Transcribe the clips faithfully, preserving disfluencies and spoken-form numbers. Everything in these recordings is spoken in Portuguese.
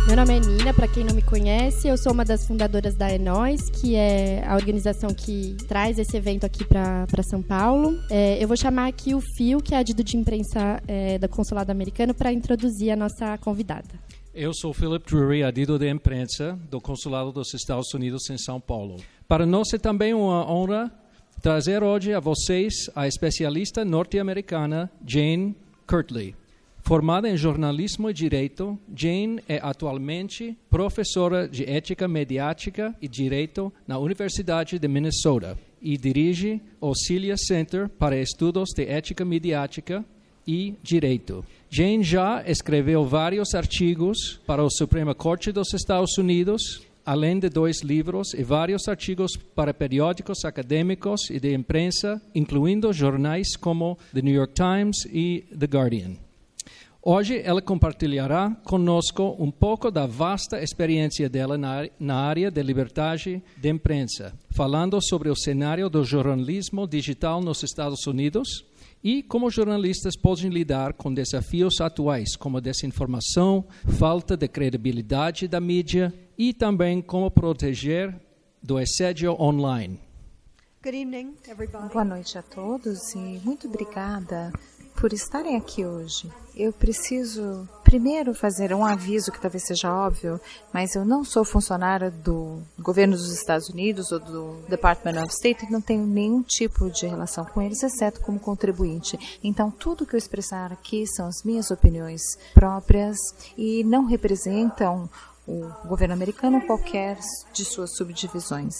Meu nome é Nina, para quem não me conhece, eu sou uma das fundadoras da Enós, que é a organização que traz esse evento aqui para São Paulo. É, eu vou chamar aqui o Phil, que é adido de imprensa é, do Consulado Americano, para introduzir a nossa convidada. Eu sou Philip Drury, adido de imprensa do Consulado dos Estados Unidos em São Paulo. Para nós é também uma honra trazer hoje a vocês a especialista norte-americana Jane Kirtley. Formada em jornalismo e direito, Jane é atualmente professora de ética mediática e direito na Universidade de Minnesota e dirige o Celia Center para Estudos de Ética Mediática e Direito. Jane já escreveu vários artigos para a Suprema Corte dos Estados Unidos, além de dois livros e vários artigos para periódicos acadêmicos e de imprensa, incluindo jornais como The New York Times e The Guardian. Hoje ela compartilhará conosco um pouco da vasta experiência dela na, na área de liberdade de imprensa, falando sobre o cenário do jornalismo digital nos Estados Unidos e como jornalistas podem lidar com desafios atuais, como desinformação, falta de credibilidade da mídia e também como proteger do assédio online. Good evening, everybody. Boa noite a todos e muito obrigada por estarem aqui hoje. Eu preciso primeiro fazer um aviso que talvez seja óbvio, mas eu não sou funcionária do governo dos Estados Unidos ou do Department of State e não tenho nenhum tipo de relação com eles, exceto como contribuinte. Então, tudo que eu expressar aqui são as minhas opiniões próprias e não representam o governo americano ou qualquer de suas subdivisões.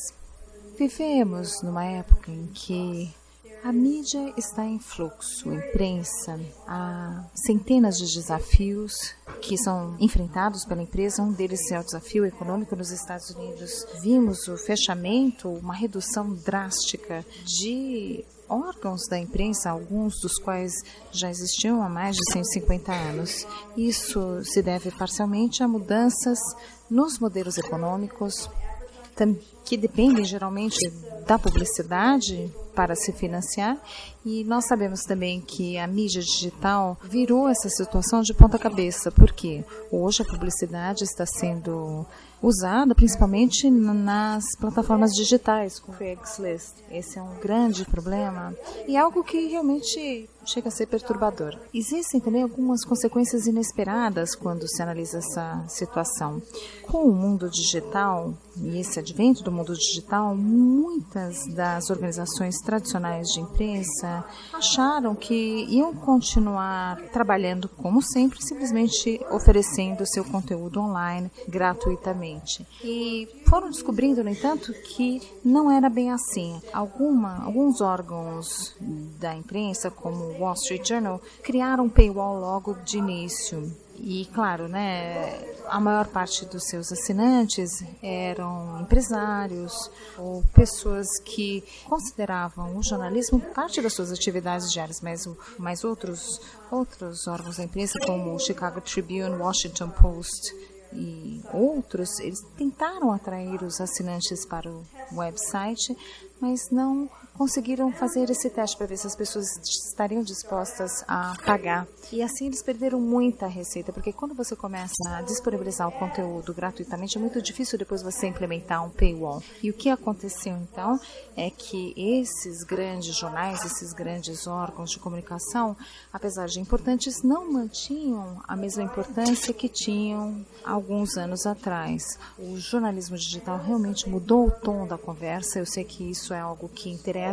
Vivemos numa época em que a mídia está em fluxo, a imprensa, há centenas de desafios que são enfrentados pela empresa, um deles é o desafio econômico nos Estados Unidos. Vimos o fechamento, uma redução drástica de órgãos da imprensa, alguns dos quais já existiam há mais de cento e cinquenta anos. Isso se deve parcialmente a mudanças nos modelos econômicos, que dependem geralmente da publicidade para se financiar, e nós sabemos também que a mídia digital virou essa situação de ponta cabeça, porque hoje a publicidade está sendo usada principalmente nas plataformas digitais, como o Craigslist. Esse é um grande problema e algo que realmente chega a ser perturbador. Existem também algumas consequências inesperadas quando se analisa essa situação. Com o mundo digital e esse advento do mundo digital, muitas das organizações tradicionais de imprensa acharam que iam continuar trabalhando como sempre, simplesmente oferecendo seu conteúdo online gratuitamente. E foram descobrindo, no entanto, que não era bem assim. Alguma, alguns órgãos da imprensa, como o Wall Street Journal, criaram um paywall logo de início. E, claro, né, a maior parte dos seus assinantes eram empresários ou pessoas que consideravam o jornalismo parte das suas atividades diárias, mas, mas outros, outros órgãos da imprensa, como o Chicago Tribune, Washington Post e outros, eles tentaram atrair os assinantes para o website, mas não conseguiram fazer esse teste para ver se as pessoas estariam dispostas a pagar. E assim eles perderam muita receita, porque quando você começa a disponibilizar o conteúdo gratuitamente, é muito difícil depois você implementar um paywall. E o que aconteceu então é que esses grandes jornais, esses grandes órgãos de comunicação, apesar de importantes, não mantinham a mesma importância que tinham alguns anos atrás. O jornalismo digital realmente mudou o tom da conversa. Eu sei que isso é algo que interessa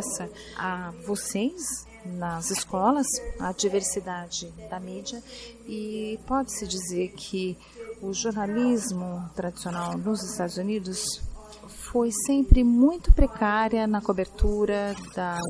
a vocês nas escolas, a diversidade da mídia, e pode-se dizer que o jornalismo tradicional nos Estados Unidos foi sempre muito precária na cobertura das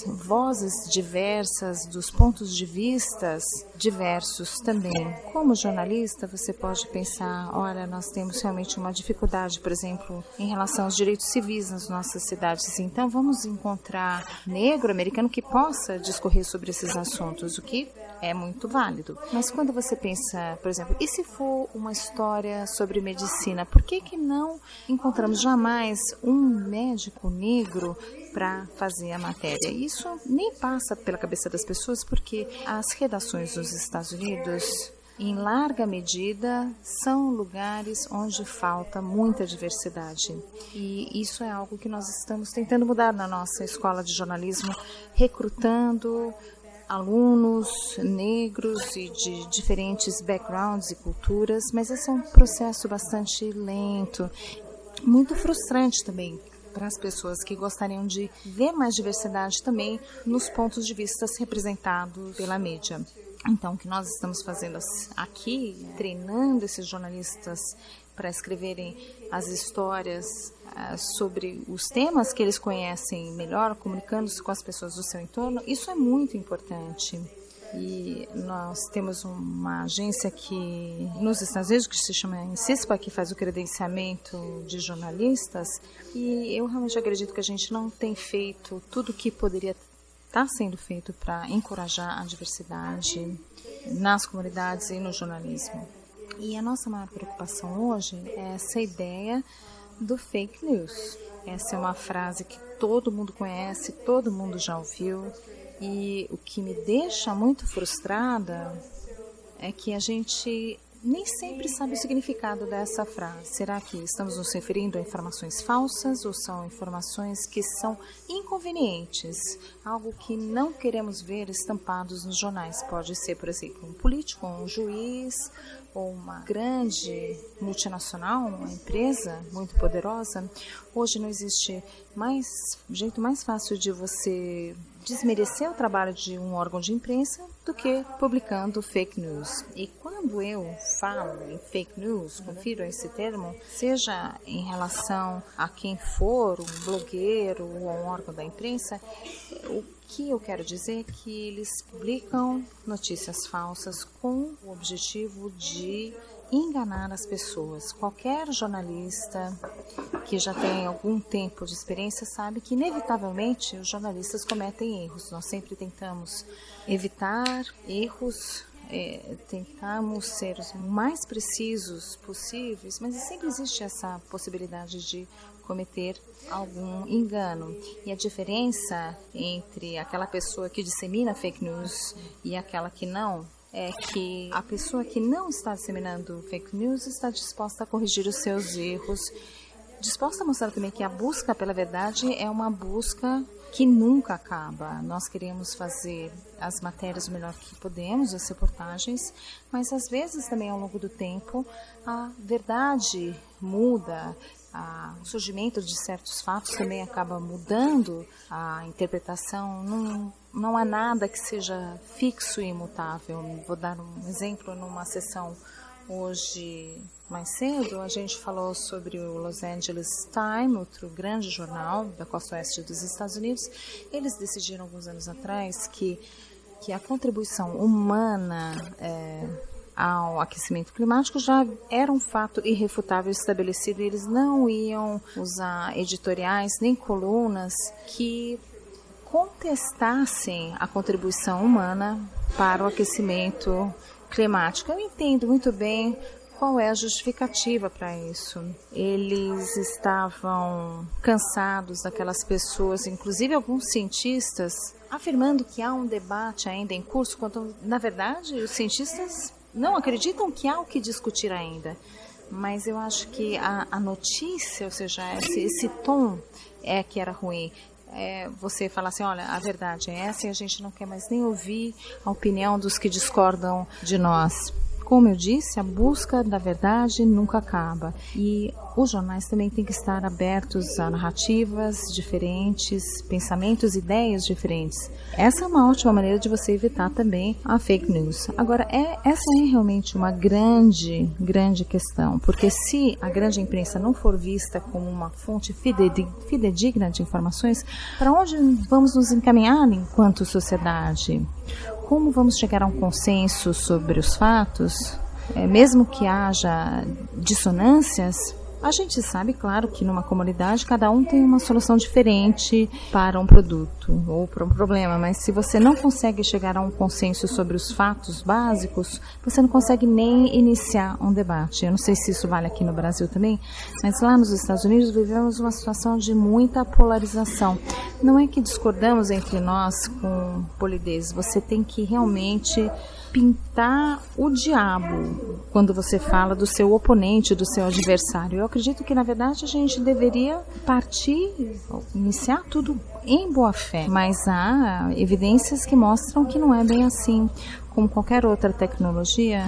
vozes diversas, dos pontos de vistas diversos também. Como jornalista, você pode pensar, olha, nós temos realmente uma dificuldade, por exemplo, em relação aos direitos civis nas nossas cidades. Então, vamos encontrar negro americano que possa discorrer sobre esses assuntos, o que é muito válido. Mas quando você pensa, por exemplo, e se for uma história sobre medicina, por que que não encontramos jamais um médico negro para fazer a matéria? Isso nem passa pela cabeça das pessoas, porque as redações dos Estados Unidos, em larga medida, são lugares onde falta muita diversidade. E isso é algo que nós estamos tentando mudar na nossa escola de jornalismo, recrutando alunos negros e de diferentes backgrounds e culturas, mas esse é um processo bastante lento, muito frustrante também para as pessoas que gostariam de ver mais diversidade também nos pontos de vista representados pela mídia. Então, o que nós estamos fazendo aqui, treinando esses jornalistas para escreverem as histórias uh, sobre os temas que eles conhecem melhor, comunicando-se com as pessoas do seu entorno, isso é muito importante. E nós temos uma agência que nos Estados Unidos, que se chama INCISPA, que faz o credenciamento de jornalistas, e eu realmente acredito que a gente não tem feito tudo o que poderia estar sendo feito para encorajar a diversidade nas comunidades e no jornalismo. E a nossa maior preocupação hoje é essa ideia do fake news. Essa é uma frase que todo mundo conhece, todo mundo já ouviu. E o que me deixa muito frustrada é que a gente nem sempre sabe o significado dessa frase. Será que estamos nos referindo a informações falsas ou são informações que são inconvenientes? Algo que não queremos ver estampados nos jornais. Pode ser, por exemplo, um político, um juiz ou uma grande multinacional, uma empresa muito poderosa. Hoje não existe mais jeito mais fácil de você desmerecer o trabalho de um órgão de imprensa do que publicando fake news. E quando eu falo em fake news, confiro esse termo, seja em relação a quem for, um blogueiro ou um órgão da imprensa, o que eu quero dizer é que eles publicam notícias falsas com o objetivo de enganar as pessoas. Qualquer jornalista que já tem algum tempo de experiência sabe que, inevitavelmente, os jornalistas cometem erros. Nós sempre tentamos evitar erros, é, tentamos ser os mais precisos possíveis, mas sempre existe essa possibilidade de cometer algum engano. E a diferença entre aquela pessoa que dissemina fake news e aquela que não é que a pessoa que não está disseminando fake news está disposta a corrigir os seus erros, disposta a mostrar também que a busca pela verdade é uma busca que nunca acaba. Nós queremos fazer as matérias o melhor que podemos, as reportagens, mas às vezes também ao longo do tempo a verdade muda, a, o surgimento de certos fatos também acaba mudando a interpretação. Não, não há nada que seja fixo e imutável. Vou dar um exemplo. Numa sessão hoje mais cedo, a gente falou sobre o Los Angeles Times, outro grande jornal da costa oeste dos Estados Unidos. Eles decidiram alguns anos atrás que, que a contribuição humana é, ao aquecimento climático já era um fato irrefutável estabelecido, e eles não iam usar editoriais nem colunas que contestassem a contribuição humana para o aquecimento climático. Eu entendo muito bem qual é a justificativa para isso. Eles estavam cansados daquelas pessoas, inclusive alguns cientistas, afirmando que há um debate ainda em curso, quando, na verdade, os cientistas não acreditam que há o que discutir ainda. Mas eu acho que a, a notícia, ou seja, esse, esse tom é que era ruim. É você falar assim, olha, a verdade é essa e a gente não quer mais nem ouvir a opinião dos que discordam de nós. Como eu disse, a busca da verdade nunca acaba. E os jornais também têm que estar abertos a narrativas diferentes, pensamentos, ideias diferentes. Essa é uma ótima maneira de você evitar também a fake news. Agora, é, essa é realmente uma grande, grande questão, porque se a grande imprensa não for vista como uma fonte fidedigna de informações, para onde vamos nos encaminhar enquanto sociedade? Como vamos chegar a um consenso sobre os fatos, é, mesmo que haja dissonâncias? A gente sabe, claro, que numa comunidade cada um tem uma solução diferente para um produto ou para um problema, mas se você não consegue chegar a um consenso sobre os fatos básicos, você não consegue nem iniciar um debate. Eu não sei se isso vale aqui no Brasil também, mas lá nos Estados Unidos vivemos uma situação de muita polarização. Não é que discordamos entre nós com polidez, você tem que realmente pintar o diabo quando você fala do seu oponente, do seu adversário. Eu acredito que, na verdade, a gente deveria partir, iniciar tudo em boa fé, mas há evidências que mostram que não é bem assim. Como qualquer outra tecnologia,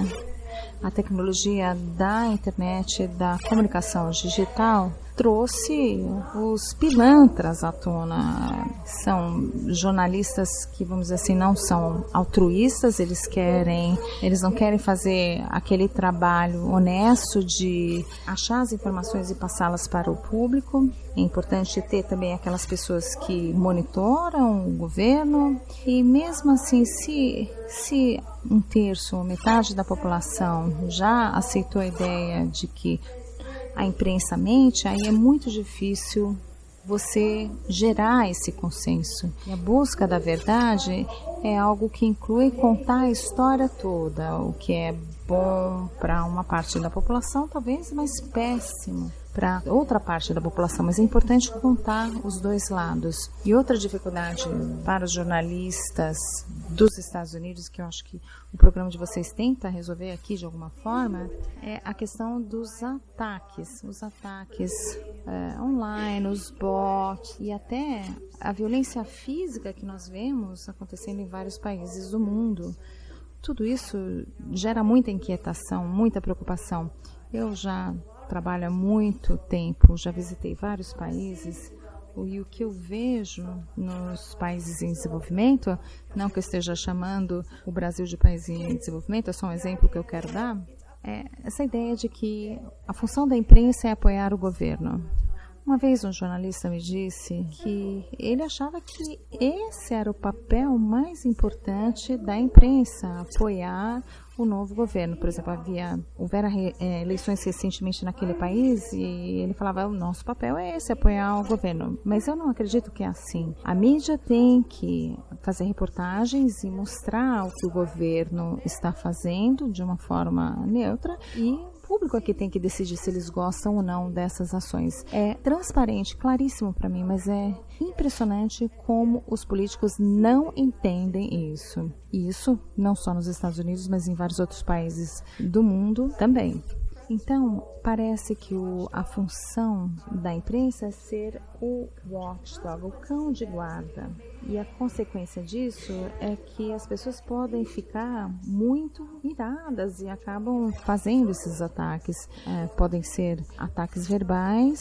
a tecnologia da internet, da comunicação digital, trouxe os pilantras à tona. São jornalistas que, vamos dizer assim, não são altruístas, eles querem, eles não querem fazer aquele trabalho honesto de achar as informações e passá-las para o público. É importante ter também aquelas pessoas que monitoram o governo e mesmo assim, se, se um terço ou metade da população já aceitou a ideia de que a imprensa mente, aí é muito difícil você gerar esse consenso. E a busca da verdade é algo que inclui contar a história toda, o que é bom para uma parte da população, talvez, mas péssimo para outra parte da população, mas é importante contar os dois lados. E outra dificuldade para os jornalistas dos Estados Unidos, que eu acho que o programa de vocês tenta resolver aqui de alguma forma, é a questão dos ataques, os ataques é, online, os bots e até a violência física que nós vemos acontecendo em vários países do mundo. Tudo isso gera muita inquietação, muita preocupação. Eu já trabalho há muito tempo, já visitei vários países e o que eu vejo nos países em desenvolvimento, não que eu esteja chamando o Brasil de país em desenvolvimento, é só um exemplo que eu quero dar, é essa ideia de que a função da imprensa é apoiar o governo. Uma vez um jornalista me disse que ele achava que esse era o papel mais importante da imprensa, apoiar o novo governo. Por exemplo, havia, houveram é, eleições recentemente naquele país e ele falava, o nosso papel é esse, apoiar o governo. Mas eu não acredito que é assim. A mídia tem que fazer reportagens e mostrar o que o governo está fazendo de uma forma neutra e o público aqui tem que decidir se eles gostam ou não dessas ações. É transparente, claríssimo para mim, mas é impressionante como os políticos não entendem isso. E isso não só nos Estados Unidos, mas em vários outros países do mundo também. Então, parece que o, a função da imprensa é ser o watchdog, o cão de guarda. E a consequência disso é que as pessoas podem ficar muito iradas e acabam fazendo esses ataques. É, podem ser ataques verbais,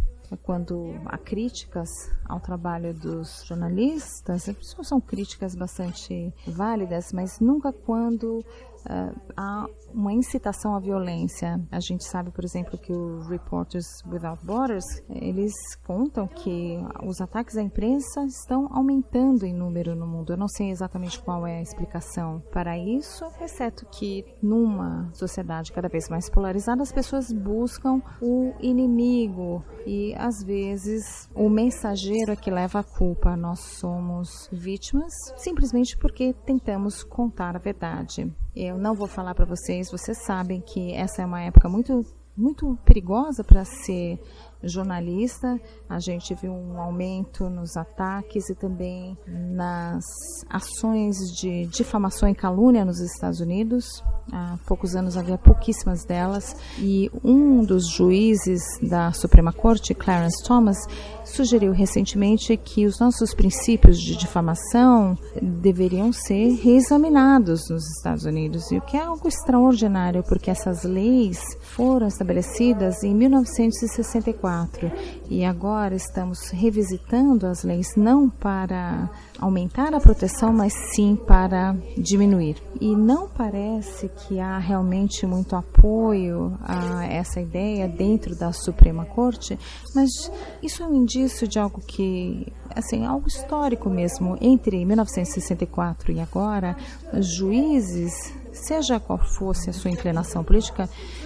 quando há críticas ao trabalho dos jornalistas, são críticas bastante válidas, mas nunca quando uh, há uma incitação à violência. A gente sabe, por exemplo, que o Reporters Without Borders, eles contam que os ataques à imprensa estão aumentando em número no mundo. Eu não sei exatamente qual é a explicação para isso, exceto que numa sociedade cada vez mais polarizada, as pessoas buscam o inimigo e, às vezes, o mensageiro é que leva a culpa. Nós somos vítimas simplesmente porque tentamos contar a verdade. Eu não vou falar para vocês, vocês sabem que essa é uma época muito, muito perigosa para ser jornalista. A gente viu um aumento nos ataques e também nas ações de difamação e calúnia nos Estados Unidos. Há poucos anos havia pouquíssimas delas e um dos juízes da Suprema Corte, Clarence Thomas, sugeriu recentemente que os nossos princípios de difamação deveriam ser reexaminados nos Estados Unidos, e o que é algo extraordinário, porque essas leis foram estabelecidas em mil novecentos e sessenta e quatro e agora estamos revisitando as leis não para aumentar a proteção, mas sim para diminuir. E não parece que há realmente muito apoio a essa ideia dentro da Suprema Corte, mas isso é um indício de algo que, assim, algo histórico mesmo. Entre mil novecentos e sessenta e quatro e agora, os juízes, seja qual fosse a sua inclinação política,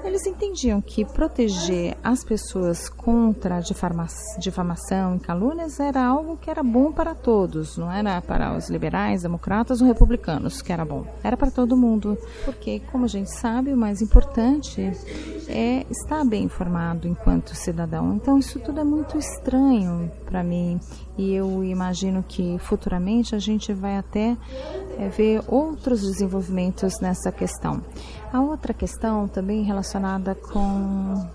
eles entendiam que proteger as pessoas contra a difama- difamação e calúnias era algo que era bom para todos, não era para os liberais, democratas ou republicanos que era bom, era para todo mundo, porque, como a gente sabe, o mais importante é estar bem informado enquanto cidadão. Então, isso tudo é muito estranho para mim, e eu imagino que futuramente a gente vai até é, ver outros desenvolvimentos nessa questão. A outra questão também relacionada com,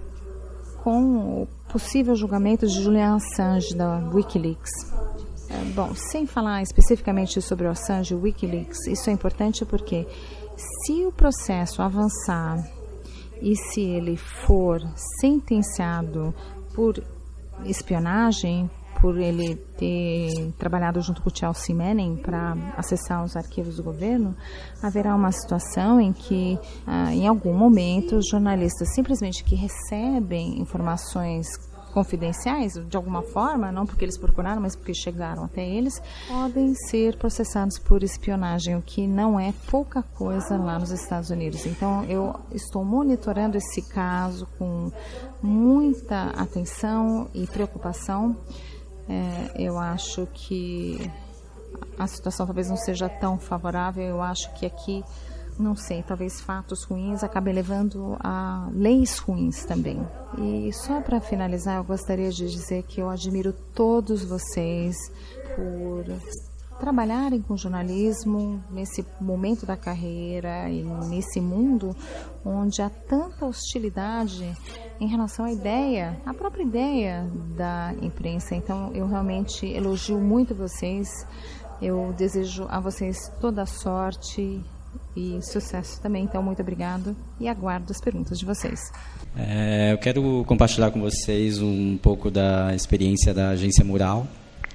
com o possível julgamento de Julian Assange da Wikileaks. É, bom, sem falar especificamente sobre o Assange e o Wikileaks, isso é importante porque se o processo avançar e se ele for sentenciado por espionagem, por ele ter trabalhado junto com o Chelsea Manning para acessar os arquivos do governo, haverá uma situação em que, ah, em algum momento, os jornalistas simplesmente que recebem informações confidenciais, de alguma forma, não porque eles procuraram, mas porque chegaram até eles, podem ser processados por espionagem, o que não é pouca coisa lá nos Estados Unidos. Então, eu estou monitorando esse caso com muita atenção e preocupação. É, eu acho que a situação talvez não seja tão favorável. Eu acho que aqui, não sei, talvez fatos ruins acabem levando a leis ruins também. E só para finalizar, eu gostaria de dizer que eu admiro todos vocês por trabalharem com jornalismo nesse momento da carreira e nesse mundo onde há tanta hostilidade em relação à ideia, à própria ideia da imprensa. Então, eu realmente elogio muito vocês. Eu desejo a vocês toda a sorte e sucesso também. Então, muito obrigado e aguardo as perguntas de vocês. É, eu quero compartilhar com vocês um pouco da experiência da Agência Mural,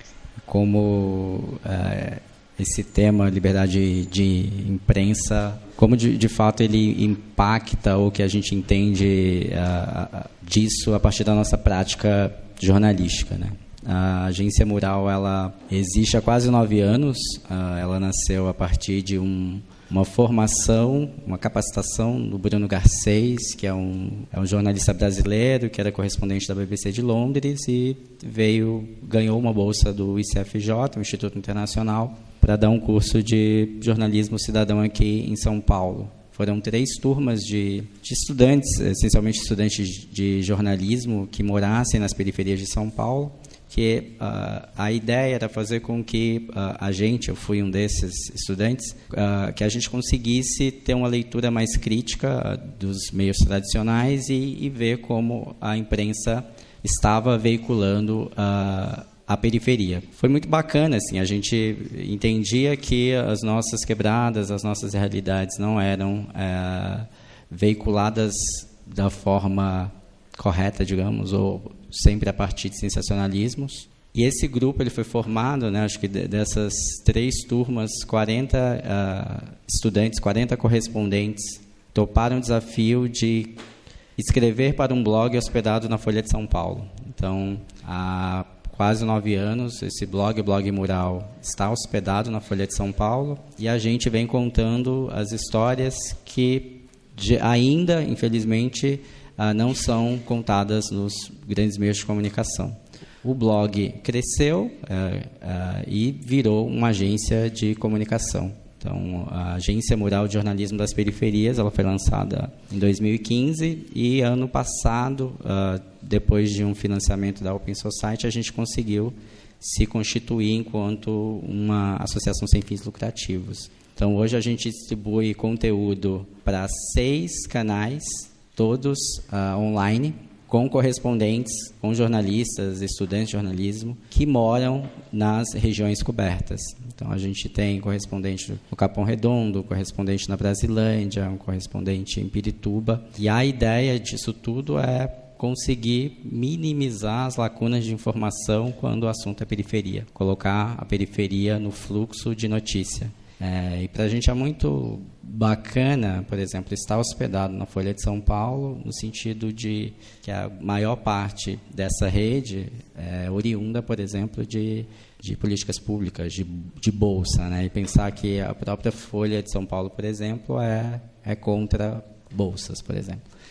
como é, esse tema, liberdade de imprensa, como de, de fato ele impacta o que a gente entende uh, disso a partir da nossa prática jornalística, né? A Agência Mural, ela existe há quase nove anos, uh, ela nasceu a partir de um, uma formação, uma capacitação do Bruno Garcês, que é um, é um jornalista brasileiro, que era correspondente da B B C de Londres e veio, ganhou uma bolsa do I C F J, o Instituto Internacional, para dar um curso de jornalismo cidadão aqui em São Paulo. Foram três turmas de, de estudantes, essencialmente estudantes de jornalismo, que morassem nas periferias de São Paulo, que uh, a ideia era fazer com que uh, a gente, eu fui um desses estudantes, uh, que a gente conseguisse ter uma leitura mais crítica uh, dos meios tradicionais e, e ver como a imprensa estava veiculando uh, a periferia. Foi muito bacana, assim, a gente entendia que as nossas quebradas, as nossas realidades não eram uh, veiculadas da forma correta, digamos, ou sempre a partir de sensacionalismos. E esse grupo ele foi formado, né, acho que dessas três turmas, quarenta uh, estudantes, quarenta correspondentes, toparam o desafio de escrever para um blog hospedado na Folha de São Paulo. Então, há quase nove anos, esse blog, o Blog Mural, está hospedado na Folha de São Paulo e a gente vem contando as histórias que de, ainda, infelizmente, Uh, não são contadas nos grandes meios de comunicação. O blog cresceu uh, uh, e virou uma agência de comunicação. Então, a Agência Mural de Jornalismo das Periferias, ela foi lançada em dois mil e quinze e ano passado, uh, depois de um financiamento da Open Society, a gente conseguiu se constituir enquanto uma associação sem fins lucrativos. Então, hoje a gente distribui conteúdo para seis canais, todos uh, online, com correspondentes, com jornalistas, estudantes de jornalismo, que moram nas regiões cobertas. Então, a gente tem correspondente no Capão Redondo, correspondente na Brasilândia, um correspondente em Pirituba. E a ideia disso tudo é conseguir minimizar as lacunas de informação quando o assunto é periferia, colocar a periferia no fluxo de notícia. É, e para a gente é muito bacana, por exemplo, estar hospedado na Folha de São Paulo, no sentido de que a maior parte dessa rede é oriunda, por exemplo, de, de políticas públicas, de, de bolsa, né? E pensar que a própria Folha de São Paulo, por exemplo, é, é contra bolsas, por exemplo.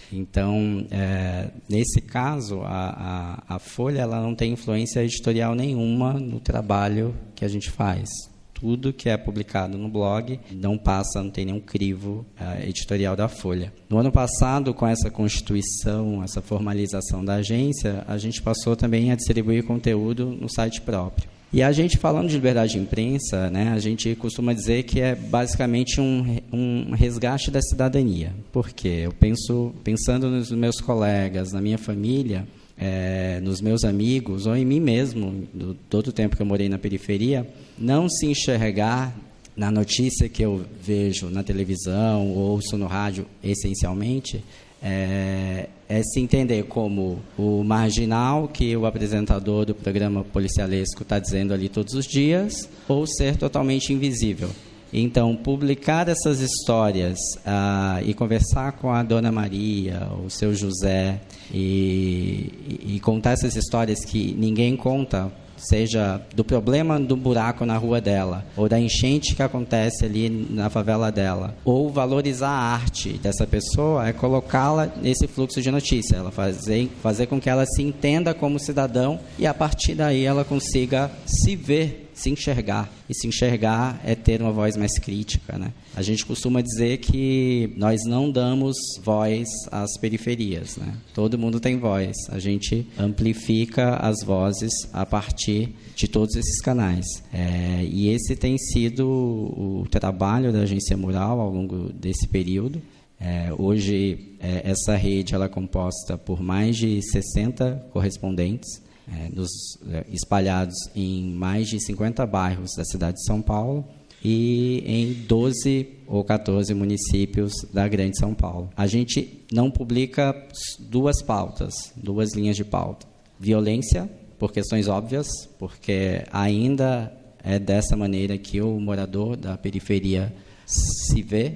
Então, é, nesse caso, a, a, a Folha ela não tem influência editorial nenhuma no trabalho que a gente faz. Tudo que é publicado no blog não passa, não tem nenhum crivo uh, editorial da Folha. No ano passado, com essa constituição, essa formalização da agência, a gente passou também a distribuir conteúdo no site próprio. E a gente, falando de liberdade de imprensa, né, a gente costuma dizer que é basicamente um, um resgate da cidadania. Por quê? Eu penso, pensando nos meus colegas, na minha família, É, nos meus amigos, ou em mim mesmo, do, todo o tempo que eu morei na periferia, não se enxergar na notícia que eu vejo na televisão ou ouço no rádio, essencialmente, é, é se entender como o marginal que o apresentador do programa policialesco está dizendo ali todos os dias, ou ser totalmente invisível. Então, publicar essas histórias ah, e conversar com a Dona Maria, o seu José, e, e, e contar essas histórias que ninguém conta, seja do problema do buraco na rua dela, ou da enchente que acontece ali na favela dela, ou valorizar a arte dessa pessoa, é colocá-la nesse fluxo de notícia, ela fazer, fazer com que ela se entenda como cidadão e, a partir daí, ela consiga se ver, se enxergar. E se enxergar é ter uma voz mais crítica, né? A gente costuma dizer que nós não damos voz às periferias, né? Todo mundo tem voz. A gente amplifica as vozes a partir de todos esses canais. É, e esse tem sido o trabalho da Agência Mural ao longo desse período. É, hoje, é, essa rede ela é composta por mais de sessenta correspondentes, É, nos, é, espalhados em mais de cinquenta bairros da cidade de São Paulo e em doze ou quatorze municípios da Grande São Paulo. A gente não publica duas pautas, duas linhas de pauta. Violência, por questões óbvias, porque ainda é dessa maneira que o morador da periferia se vê.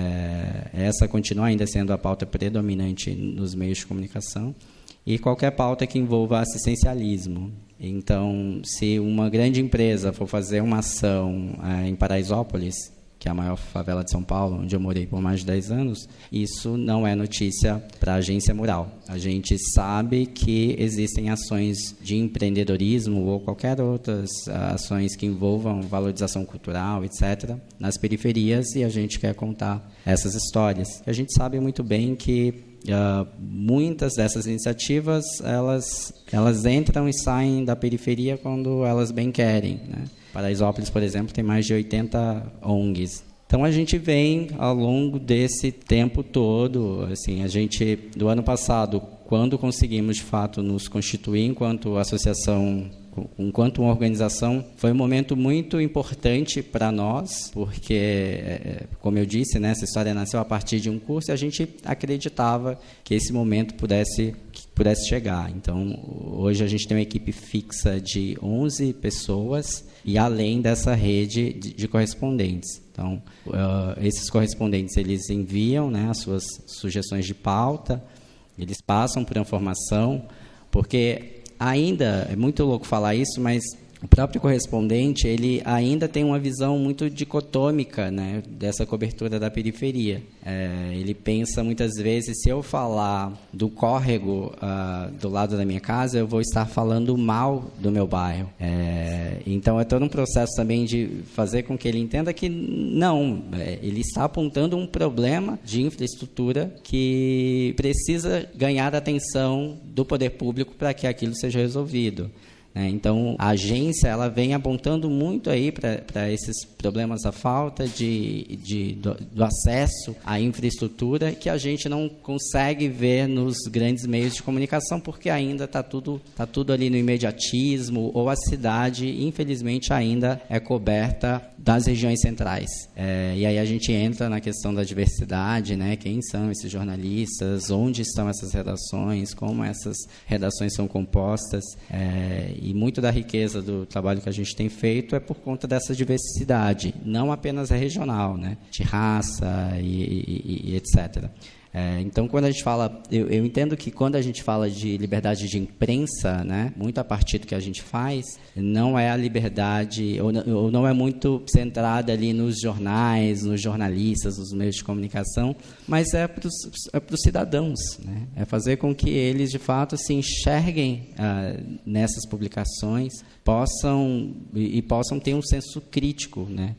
É, essa continua ainda sendo a pauta predominante nos meios de comunicação. E qualquer pauta que envolva assistencialismo. Então, se uma grande empresa for fazer uma ação é, em Paraisópolis, que é a maior favela de São Paulo, onde eu morei por mais de dez anos, isso não é notícia para a Agência Mural. A gente sabe que existem ações de empreendedorismo ou qualquer outras ações que envolvam valorização cultural, etcétera, nas periferias, e a gente quer contar essas histórias. A gente sabe muito bem que Uh, muitas dessas iniciativas elas, elas entram e saem da periferia quando elas bem querem, né? Paraisópolis, por exemplo, tem mais de oitenta O N Gs. Então a gente vem ao longo desse tempo todo, assim, a gente do ano passado, quando conseguimos de fato nos constituir enquanto associação, enquanto uma organização, foi um momento muito importante para nós, porque, como eu disse, né, essa história nasceu a partir de um curso e a gente acreditava que esse momento pudesse, que pudesse chegar. Então, hoje a gente tem uma equipe fixa de onze pessoas e além dessa rede de, de correspondentes. Então, uh, esses correspondentes, eles enviam, né, as suas sugestões de pauta, eles passam por uma formação, porque ainda, é muito louco falar isso, mas o próprio correspondente, ele ainda tem uma visão muito dicotômica, né, dessa cobertura da periferia. É, ele pensa muitas vezes, se eu falar do córrego uh, do lado da minha casa, eu vou estar falando mal do meu bairro. É, então, é todo um processo também de fazer com que ele entenda que não, é, ele está apontando um problema de infraestrutura que precisa ganhar a atenção do poder público para que aquilo seja resolvido. Então, a agência ela vem apontando muito aí para esses problemas da falta de, de, do, do acesso à infraestrutura que a gente não consegue ver nos grandes meios de comunicação, porque ainda está tudo, tá tudo ali no imediatismo, ou a cidade, infelizmente, ainda é coberta das regiões centrais. É, e aí a gente entra na questão da diversidade, né? Quem são esses jornalistas, onde estão essas redações, como essas redações são compostas, é, e muito da riqueza do trabalho que a gente tem feito é por conta dessa diversidade, não apenas regional, né? De raça e, e, e etcétera. É, então, quando a gente fala, eu, eu entendo que quando a gente fala de liberdade de imprensa, né, muito a partir do que a gente faz, não é a liberdade, ou não, ou não é muito centrada ali nos jornais, nos jornalistas, nos meios de comunicação, mas é para os é cidadãos, né? É fazer com que eles, de fato, se enxerguem ah, nessas publicações, possam e, e possam ter um senso crítico, né?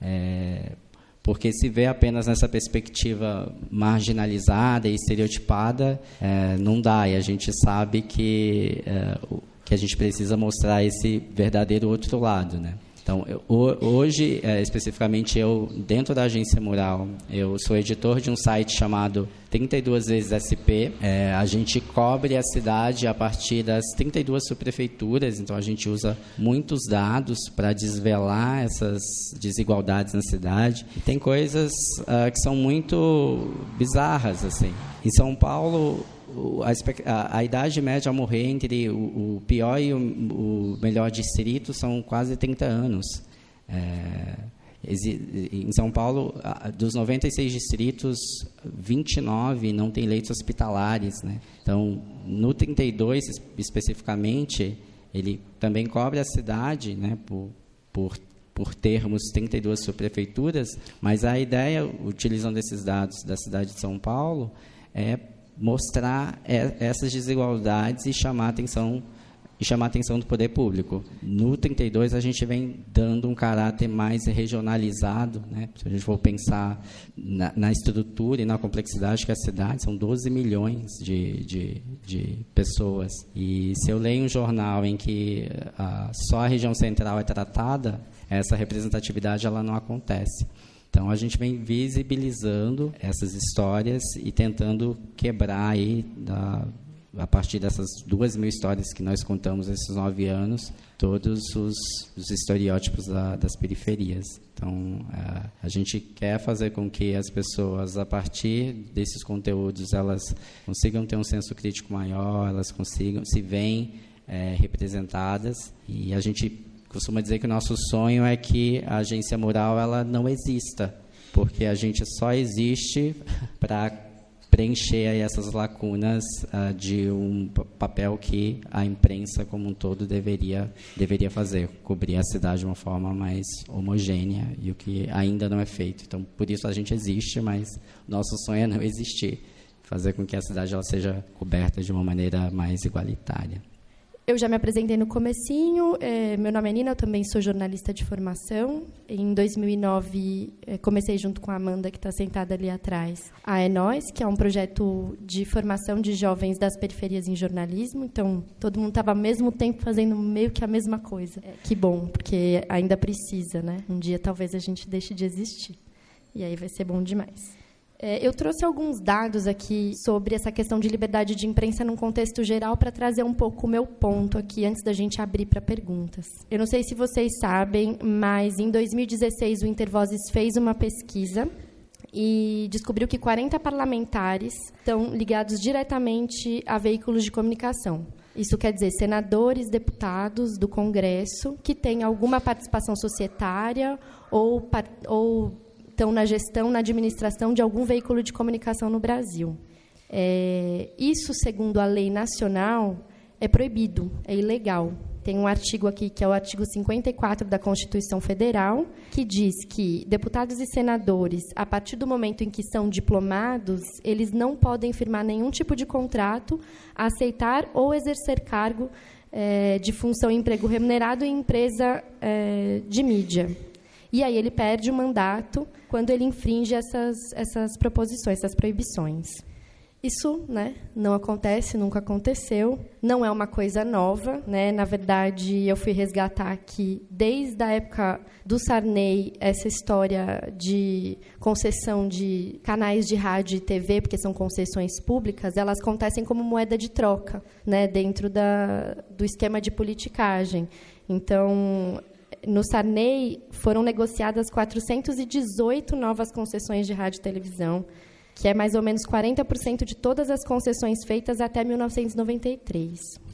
É, porque se vê apenas nessa perspectiva marginalizada e estereotipada, é, não dá, e a gente sabe que, é, que a gente precisa mostrar esse verdadeiro outro lado, né? Então, eu, hoje, é, especificamente eu, dentro da Agência Mural, eu sou editor de um site chamado trinta e duas vezes S P. É, a gente cobre a cidade a partir das trinta e duas subprefeituras, então a gente usa muitos dados para desvelar essas desigualdades na cidade. E tem coisas uh, que são muito bizarras, assim. Em São Paulo, A, a, a idade média a morrer entre o, o pior e o, o melhor distrito são quase trinta anos. É, em São Paulo, dos noventa e seis distritos, vinte e nove não tem leitos hospitalares, né? Então, no trinta e dois, especificamente, ele também cobre a cidade, né, por, por, por termos trinta e duas subprefeituras, mas a ideia, utilizando esses dados da cidade de São Paulo, é mostrar essas desigualdades e chamar a atenção e chamar a atenção do poder público. No trinta e dois, a gente vem dando um caráter mais regionalizado, né? Se a gente for pensar na, na estrutura e na complexidade que é a cidade, são doze milhões de, de, de pessoas. E se eu leio um jornal em que a, só a região central é tratada, essa representatividade ela não acontece. Então, a gente vem visibilizando essas histórias e tentando quebrar aí, da, a partir dessas duas mil histórias que nós contamos nesses nove anos, todos os, os estereótipos da, das periferias. Então, a, a gente quer fazer com que as pessoas, a partir desses conteúdos, elas consigam ter um senso crítico maior, elas consigam se veem é, representadas, e a gente costuma dizer que o nosso sonho é que a Agência Mural ela não exista, porque a gente só existe para preencher aí essas lacunas uh, de um papel que a imprensa como um todo deveria, deveria fazer, cobrir a cidade de uma forma mais homogênea, e o que ainda não é feito. Então, por isso a gente existe, mas o nosso sonho é não existir, fazer com que a cidade ela seja coberta de uma maneira mais igualitária. Eu já me apresentei no comecinho, é, meu nome é Nina, eu também sou jornalista de formação. Em dois mil e nove, é, comecei junto com a Amanda, que está sentada ali atrás, a É Nós, que é um projeto de formação de jovens das periferias em jornalismo. Então, todo mundo estava ao mesmo tempo fazendo meio que a mesma coisa. É, que bom, porque ainda precisa, né? Um dia talvez a gente deixe de existir. E aí vai ser bom demais. É, eu trouxe alguns dados aqui sobre essa questão de liberdade de imprensa num contexto geral para trazer um pouco o meu ponto aqui antes da gente abrir para perguntas. Eu não sei se vocês sabem, mas em dois mil e dezesseis o Intervozes fez uma pesquisa e descobriu que quarenta parlamentares estão ligados diretamente a veículos de comunicação. Isso quer dizer senadores, deputados do Congresso que têm alguma participação societária ou... ou estão na gestão, na administração de algum veículo de comunicação no Brasil. É, isso, segundo a lei nacional, é proibido, é ilegal. Tem um artigo aqui, que é o artigo cinquenta e quatro da Constituição Federal, que diz que deputados e senadores, a partir do momento em que são diplomados, eles não podem firmar nenhum tipo de contrato, aceitar ou exercer cargo é, de função e emprego remunerado em empresa é, de mídia. E aí ele perde o mandato quando ele infringe essas, essas proposições, essas proibições. Isso, né, não acontece, nunca aconteceu, não é uma coisa nova, né? Na verdade, eu fui resgatar aqui, desde a época do Sarney, essa história de concessão de canais de rádio e T V, porque são concessões públicas, elas acontecem como moeda de troca, né, dentro da, do esquema de politicagem. Então, no Sarney, foram negociadas quatrocentas e dezoito novas concessões de rádio e televisão, que é mais ou menos quarenta por cento de todas as concessões feitas até mil novecentos e noventa e três.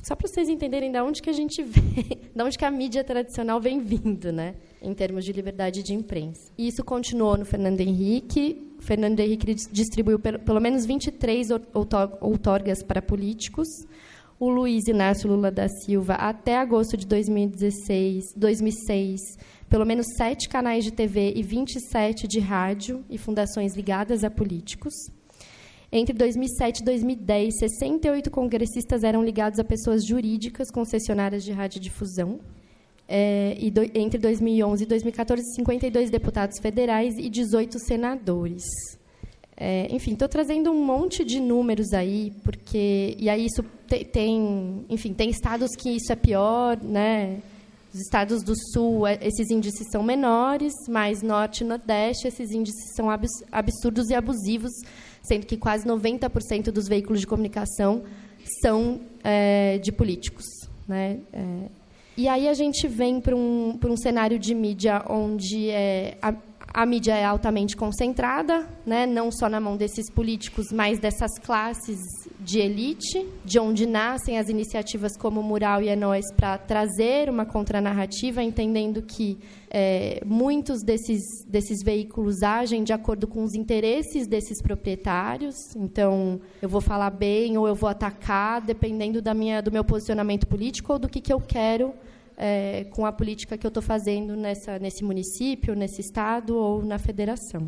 Só para vocês entenderem de onde que a gente vem, de onde que a mídia tradicional vem vindo, né, em termos de liberdade de imprensa. E isso continuou no Fernando Henrique. O Fernando Henrique distribuiu pelo, pelo menos vinte e três outorgas para políticos. O Luiz Inácio Lula da Silva, até agosto de dois mil e dezesseis, dois mil e seis, pelo menos sete canais de T V e vinte e sete de rádio e fundações ligadas a políticos. Entre dois mil e sete e dois mil e dez, sessenta e oito congressistas eram ligados a pessoas jurídicas concessionárias de radiodifusão. É, e do, entre dois mil e onze e dois mil e quatorze, cinquenta e dois deputados federais e dezoito senadores. É, enfim, estou trazendo um monte de números aí, porque e aí isso te, tem, enfim, tem estados que isso é pior, né? Os estados do Sul, esses índices são menores, mas Norte e Nordeste, esses índices são absurdos e abusivos, sendo que quase noventa por cento dos veículos de comunicação são é, de políticos, né? É, e aí a gente vem para um, para um cenário de mídia onde é, a, a mídia é altamente concentrada, né? Não só na mão desses políticos, mas dessas classes de elite, de onde nascem as iniciativas como Mural e É Nós para trazer uma contranarrativa, entendendo que é, muitos desses, desses veículos agem de acordo com os interesses desses proprietários. Então, eu vou falar bem ou eu vou atacar, dependendo da minha, do meu posicionamento político ou do que, que eu quero é, com a política que eu estou fazendo nessa, nesse município, nesse estado ou na federação.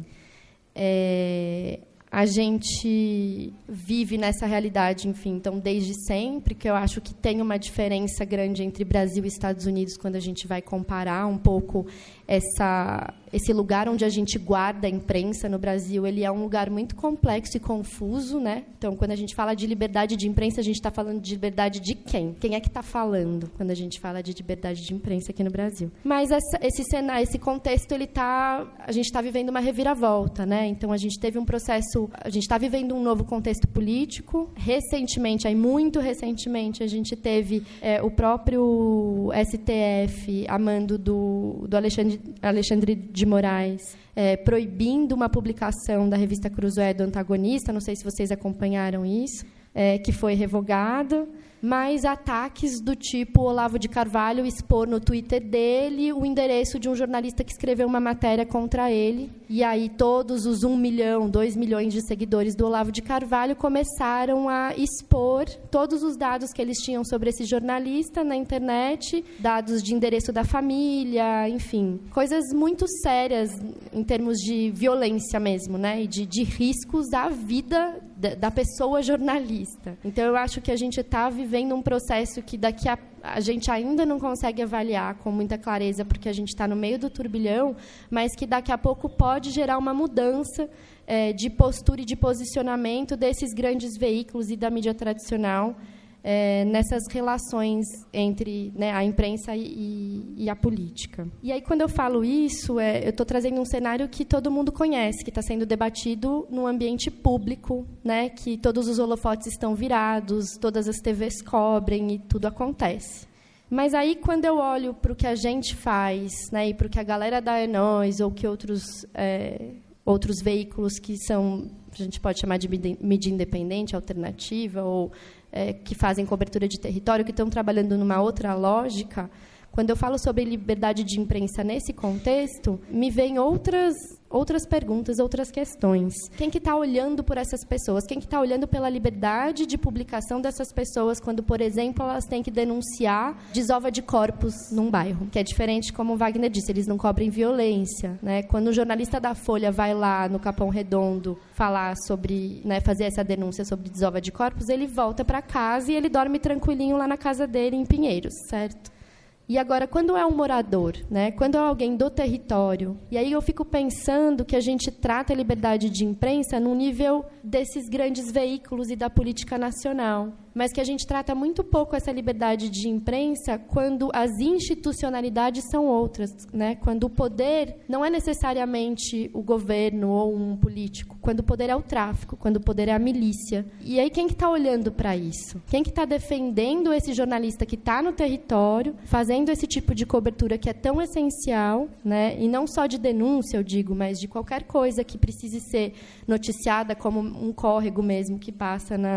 É, a gente vive nessa realidade, enfim, então, desde sempre, que eu acho que tem uma diferença grande entre Brasil e Estados Unidos quando a gente vai comparar um pouco essa, esse lugar onde a gente guarda a imprensa no Brasil. Ele é um lugar muito complexo e confuso, né? Então, quando a gente fala de liberdade de imprensa, a gente está falando de liberdade de quem? Quem é que está falando quando a gente fala de liberdade de imprensa aqui no Brasil? Mas essa, esse cenário, esse contexto, ele tá, a gente está vivendo uma reviravolta, né? Então, a gente teve um processo, a gente está vivendo um novo contexto político. Recentemente, aí muito recentemente, a gente teve é, o próprio S T F a mando do, do Alexandre Alexandre de Moraes, é, proibindo uma publicação da revista Cruzoé do Antagonista, não sei se vocês acompanharam isso, é, que foi revogado, mas ataques do tipo Olavo de Carvalho expor no Twitter dele o endereço de um jornalista que escreveu uma matéria contra ele, e aí todos os um milhão, dois milhões de seguidores do Olavo de Carvalho começaram a expor todos os dados que eles tinham sobre esse jornalista na internet, dados de endereço da família, enfim, coisas muito sérias em termos de violência mesmo, né, e de, de riscos à vida da, da pessoa jornalista. Então, eu acho que a gente está vivendo um processo que daqui a a gente ainda não consegue avaliar com muita clareza, porque a gente está no meio do turbilhão, mas que daqui a pouco pode gerar uma mudança é, de postura e de posicionamento desses grandes veículos e da mídia tradicional é, nessas relações entre, né, a imprensa e, e a política. E aí, quando eu falo isso, é, eu estou trazendo um cenário que todo mundo conhece, que está sendo debatido no ambiente público, né, que todos os holofotes estão virados, todas as T Vs cobrem e tudo acontece. Mas aí, quando eu olho para o que a gente faz, né, e para o que a galera da É Nós, ou que outros, é, outros veículos que são, a gente pode chamar de mídia independente, alternativa, ou é, que fazem cobertura de território, que estão trabalhando numa outra lógica, quando eu falo sobre liberdade de imprensa nesse contexto, me vêm outras, outras perguntas, outras questões. Quem que está olhando por essas pessoas? Quem que está olhando pela liberdade de publicação dessas pessoas quando, por exemplo, elas têm que denunciar desova de corpos num bairro? Que é diferente, como o Wagner disse, eles não cobrem violência, né? Quando o jornalista da Folha vai lá no Capão Redondo falar sobre, né, fazer essa denúncia sobre desova de corpos, ele volta para casa e ele dorme tranquilinho lá na casa dele, em Pinheiros, certo? E agora, quando é um morador, né, quando é alguém do território, e aí eu fico pensando que a gente trata a liberdade de imprensa no nível desses grandes veículos e da política nacional, mas que a gente trata muito pouco essa liberdade de imprensa quando as institucionalidades são outras, né? Quando o poder não é necessariamente o governo ou um político, quando o poder é o tráfico, quando o poder é a milícia. E aí, quem que está olhando para isso? Quem que está defendendo esse jornalista que está no território, fazendo esse tipo de cobertura que é tão essencial, né? E não só de denúncia, eu digo, mas de qualquer coisa que precise ser noticiada, como um córrego mesmo que passa na...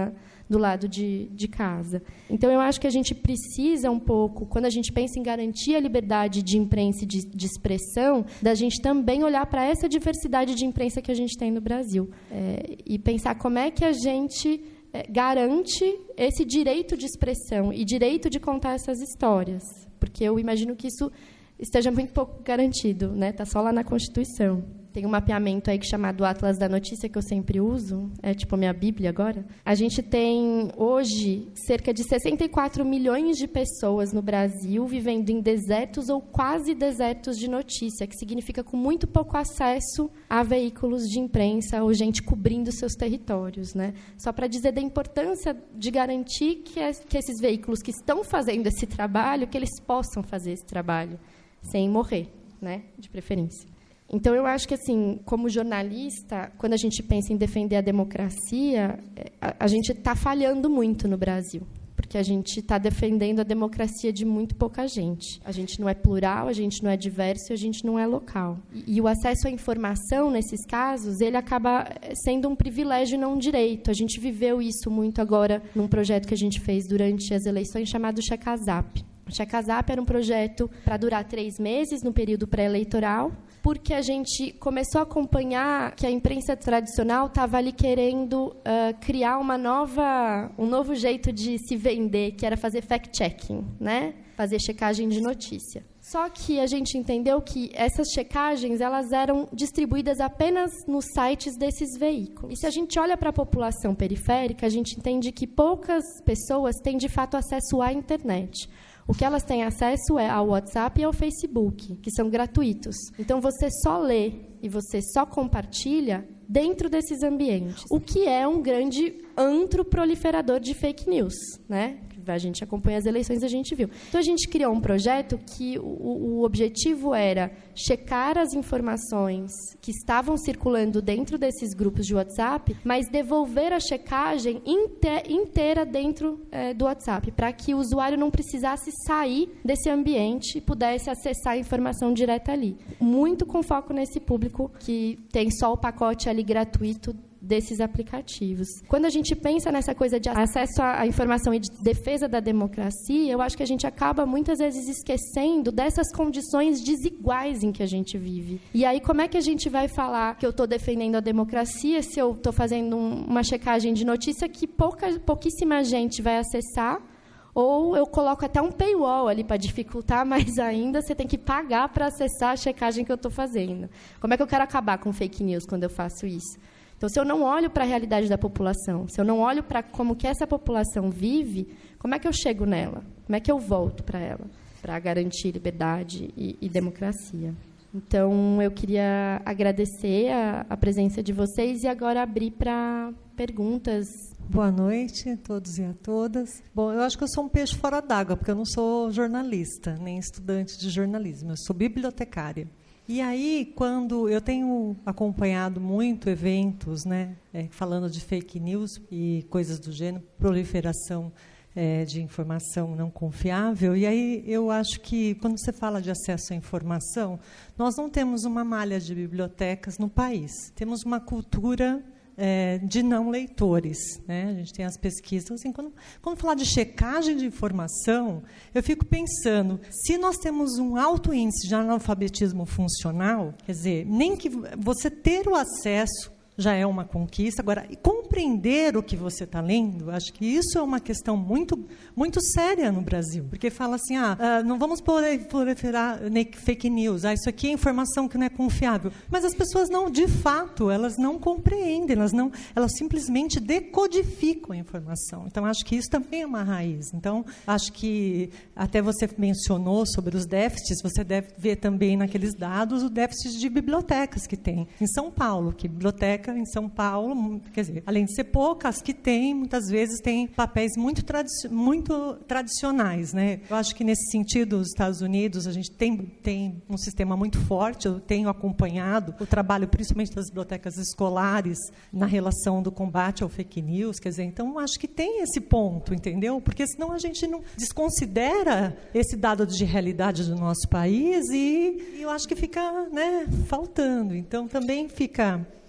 do lado de, de casa. Então, eu acho que a gente precisa um pouco, quando a gente pensa em garantir a liberdade de imprensa e de, de expressão, da gente também olhar para essa diversidade de imprensa que a gente tem no Brasil. É, e pensar como é que a gente é, garante esse direito de expressão e direito de contar essas histórias. Porque eu imagino que isso esteja muito pouco garantido, né? Está só lá na Constituição. Tem um mapeamento aí chamado Atlas da Notícia, que eu sempre uso, é tipo a minha Bíblia agora. A gente tem, hoje, cerca de sessenta e quatro milhões de pessoas no Brasil vivendo em desertos ou quase desertos de notícia, que significa com muito pouco acesso a veículos de imprensa ou gente cobrindo seus territórios, né? Só para dizer da importância de garantir que, é, que esses veículos que estão fazendo esse trabalho, que eles possam fazer esse trabalho sem morrer, né? De preferência. Então, eu acho que, assim, como jornalista, quando a gente pensa em defender a democracia, a, a gente está falhando muito no Brasil, porque a gente está defendendo a democracia de muito pouca gente. A gente não é plural, a gente não é diverso, a gente não é local. E, e o acesso à informação, nesses casos, ele acaba sendo um privilégio e não um direito. A gente viveu isso muito agora num projeto que a gente fez durante as eleições, chamado Checasap. O Checasap era um projeto para durar três meses, no período pré-eleitoral, porque a gente começou a acompanhar que a imprensa tradicional estava ali querendo uh, criar uma nova, um novo jeito de se vender, que era fazer fact-checking, né? Fazer checagem de notícia. Só que a gente entendeu que essas checagens elas eram distribuídas apenas nos sites desses veículos. E se a gente olha para a população periférica, a gente entende que poucas pessoas têm, de fato, acesso à internet. O que elas têm acesso é ao WhatsApp e ao Facebook, que são gratuitos. Então, você só lê e você só compartilha dentro desses ambientes, o que é um grande antro proliferador de fake news, né? A gente acompanha as eleições, a gente viu. Então, a gente criou um projeto que o, o objetivo era checar as informações que estavam circulando dentro desses grupos de WhatsApp, mas devolver a checagem inte, inteira dentro é, do WhatsApp, para que o usuário não precisasse sair desse ambiente e pudesse acessar a informação direta ali. Muito com foco nesse público que tem só o pacote ali gratuito desses aplicativos. Quando a gente pensa nessa coisa de acesso à informação e de defesa da democracia, eu acho que a gente acaba muitas vezes esquecendo dessas condições desiguais em que a gente vive. E aí, como é que a gente vai falar que eu estou defendendo a democracia se eu estou fazendo um, uma checagem de notícia que pouca, pouquíssima gente vai acessar, ou eu coloco até um paywall ali para dificultar mais ainda, você tem que pagar para acessar a checagem que eu estou fazendo. Como é que eu quero acabar com fake news quando eu faço isso? Então, se eu não olho para a realidade da população, se eu não olho para como que essa população vive, como é que eu chego nela? Como é que eu volto para ela? Para garantir liberdade e, e democracia. Então, eu queria agradecer a, a presença de vocês e agora abrir para perguntas. Boa noite a todos e a todas. Bom, eu acho que eu sou um peixe fora d'água, porque eu não sou jornalista, nem estudante de jornalismo, eu sou bibliotecária. E aí, quando eu tenho acompanhado muito eventos, né, é, falando de fake news e coisas do gênero, proliferação é, de informação não confiável, e aí eu acho que, quando você fala de acesso à informação, nós não temos uma malha de bibliotecas no país, temos uma cultura É, de não leitores, né? A gente tem as pesquisas. Assim, quando, quando falar de checagem de informação, eu fico pensando, se nós temos um alto índice de analfabetismo funcional, quer dizer, nem que você ter o acesso já é uma conquista. Agora, compreender o que você está lendo, acho que isso é uma questão muito, muito séria no Brasil. Porque fala assim, ah, não vamos proliferar fake news, ah, isso aqui é informação que não é confiável. Mas as pessoas, não, de fato, elas não compreendem, elas, não, elas simplesmente decodificam a informação. Então, acho que isso também é uma raiz. Então, acho que, até você mencionou sobre os déficits, você deve ver também naqueles dados o déficit de bibliotecas que tem. Em São Paulo, que biblioteca em São Paulo, quer dizer, além de ser poucas, que tem, muitas vezes, tem papéis muito, tradici muito tradicionais, né? Eu acho que, nesse sentido, os Estados Unidos, a gente tem, tem um sistema muito forte. Eu tenho acompanhado o trabalho, principalmente das bibliotecas escolares, na relação do combate ao fake news, quer dizer, então, acho que tem esse ponto, entendeu? Porque, senão, a gente não desconsidera esse dado de realidade do nosso país e, e eu acho que fica, né, faltando. Então, também fica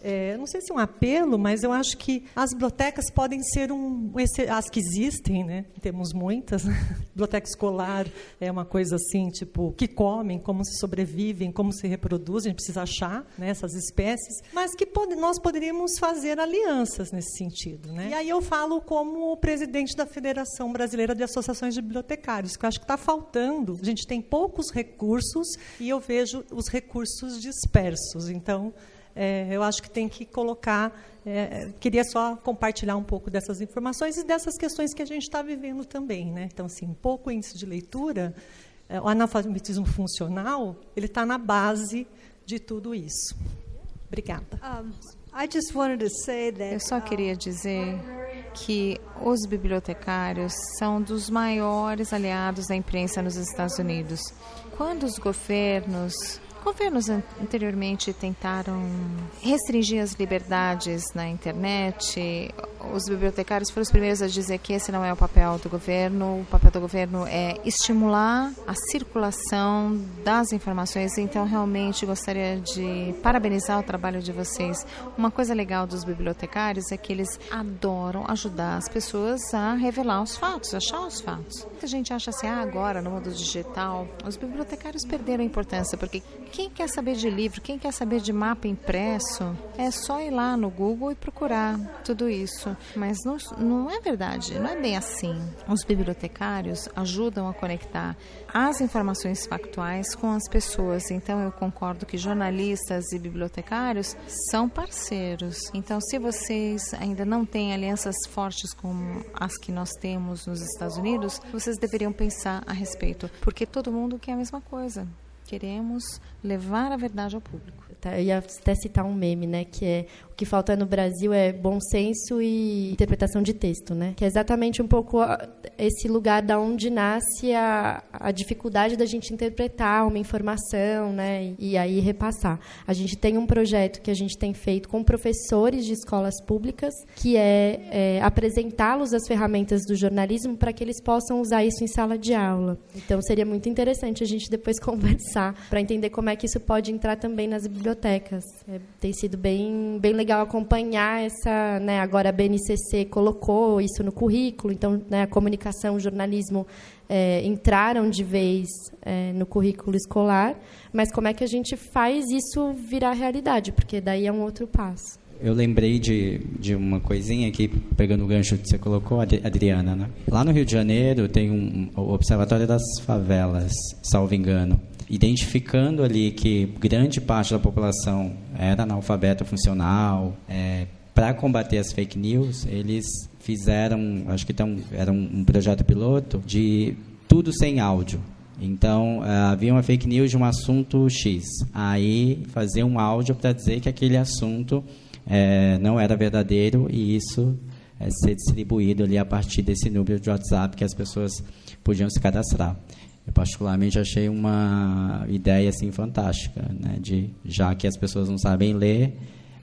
É, não sei se é um apelo, mas eu acho que as bibliotecas podem ser um... As que existem, né? Temos muitas. Biblioteca escolar é uma coisa assim, tipo, o que comem, como se sobrevivem, como se reproduzem, a gente precisa achar, né, essas espécies, mas que pode, nós poderíamos fazer alianças nesse sentido, né? E aí eu falo como presidente da Federação Brasileira de Associações de Bibliotecários, que eu acho que está faltando. A gente tem poucos recursos e eu vejo os recursos dispersos. Então, É, eu acho que tem que colocar... É, queria só compartilhar um pouco dessas informações e dessas questões que a gente está vivendo também, né? Então, assim, pouco índice de leitura, é, o analfabetismo funcional, ele está na base de tudo isso. Obrigada. Um, I just wanted to say that, Eu só queria dizer que os bibliotecários são dos maiores aliados da imprensa nos Estados Unidos. Quando os governos... Governos anteriormente tentaram restringir as liberdades na internet. Os bibliotecários foram os primeiros a dizer que esse não é o papel do governo. O papel do governo é estimular a circulação das informações. Então, realmente, gostaria de parabenizar o trabalho de vocês. Uma coisa legal dos bibliotecários é que eles adoram ajudar as pessoas a revelar os fatos, achar os fatos. A gente acha assim, ah, agora, no mundo digital, os bibliotecários perderam a importância, porque quem quer saber de livro, quem quer saber de mapa impresso, é só ir lá no Google e procurar tudo isso. Mas não, não é verdade, não é bem assim. Os bibliotecários ajudam a conectar as informações factuais com as pessoas. Então, eu concordo que jornalistas e bibliotecários são parceiros. Então, se vocês ainda não têm alianças fortes como as que nós temos nos Estados Unidos, vocês deveriam pensar a respeito, porque todo mundo quer a mesma coisa. Queremos levar a verdade ao público. Eu ia até citar um meme, né, que é o que falta no Brasil é bom senso e interpretação de texto, né, que é exatamente um pouco esse lugar da onde nasce a, a dificuldade da gente interpretar uma informação, né, e, e aí repassar. A gente tem um projeto que a gente tem feito com professores de escolas públicas, que é, é apresentá-los as ferramentas do jornalismo para que eles possam usar isso em sala de aula. Então, seria muito interessante a gente depois conversar para entender como é que isso pode entrar também nas bibliotecas. É, tem sido bem, bem legal acompanhar essa, né, agora a B N C C colocou isso no currículo, então, né, a comunicação, o jornalismo é, entraram de vez é, no currículo escolar, mas como é que a gente faz isso virar realidade? Porque daí é um outro passo. Eu lembrei de, de uma coisinha aqui, pegando o gancho que você colocou, Adriana, né? Lá no Rio de Janeiro tem um, o Observatório das Favelas, salvo engano, identificando ali que grande parte da população era analfabeta funcional. É, para combater as fake news, eles fizeram, acho que tão, era um, um projeto piloto de tudo sem áudio. Então, havia uma fake news de um assunto X. Aí, fazia um áudio para dizer que aquele assunto é, não era verdadeiro, e isso é ser distribuído ali a partir desse número de WhatsApp que as pessoas podiam se cadastrar. Eu particularmente achei uma ideia assim fantástica, né? De, já que as pessoas não sabem ler,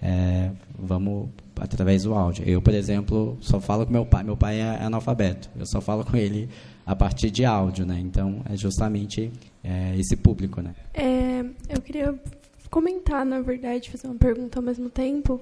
é, vamos através do áudio. Eu, por exemplo, só falo com meu pai. Meu pai é analfabeto. Eu só falo com ele a partir de áudio, né? Então, é justamente é, esse público, né? É, eu queria comentar, na verdade, fazer uma pergunta ao mesmo tempo,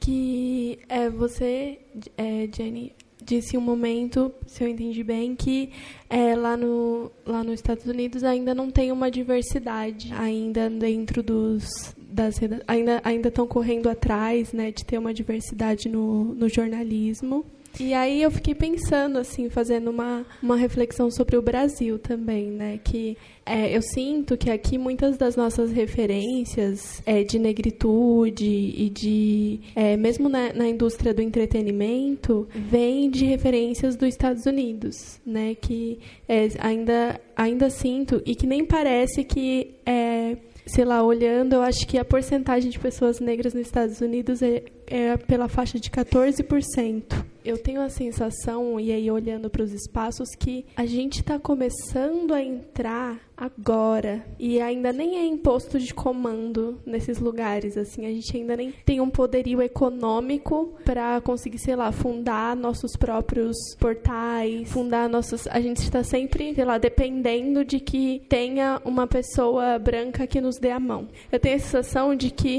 que é, você, é, Jenny, disse um momento, se eu entendi bem, que é, lá, no, lá nos Estados Unidos ainda não tem uma diversidade, ainda dentro dos... Das, ainda ainda estão correndo atrás, né, de ter uma diversidade no, no jornalismo. E aí eu fiquei pensando, assim, fazendo uma, uma reflexão sobre o Brasil também, né? Que é, eu sinto que aqui muitas das nossas referências é, de negritude e de... É, mesmo na, na indústria do entretenimento, vêm de referências dos Estados Unidos, né? Que é, ainda, ainda sinto, e que nem parece que... É, sei lá, olhando, eu acho que a porcentagem de pessoas negras nos Estados Unidos é, é pela faixa de quatorze por cento. Eu tenho a sensação, e aí olhando para os espaços, que a gente está começando a entrar agora, e ainda nem é imposto de comando nesses lugares, assim, a gente ainda nem tem um poderio econômico para conseguir, sei lá, fundar nossos próprios portais, fundar nossos... A gente está sempre, sei lá, dependendo de que tenha uma pessoa branca que nos dê a mão. Eu tenho a sensação de que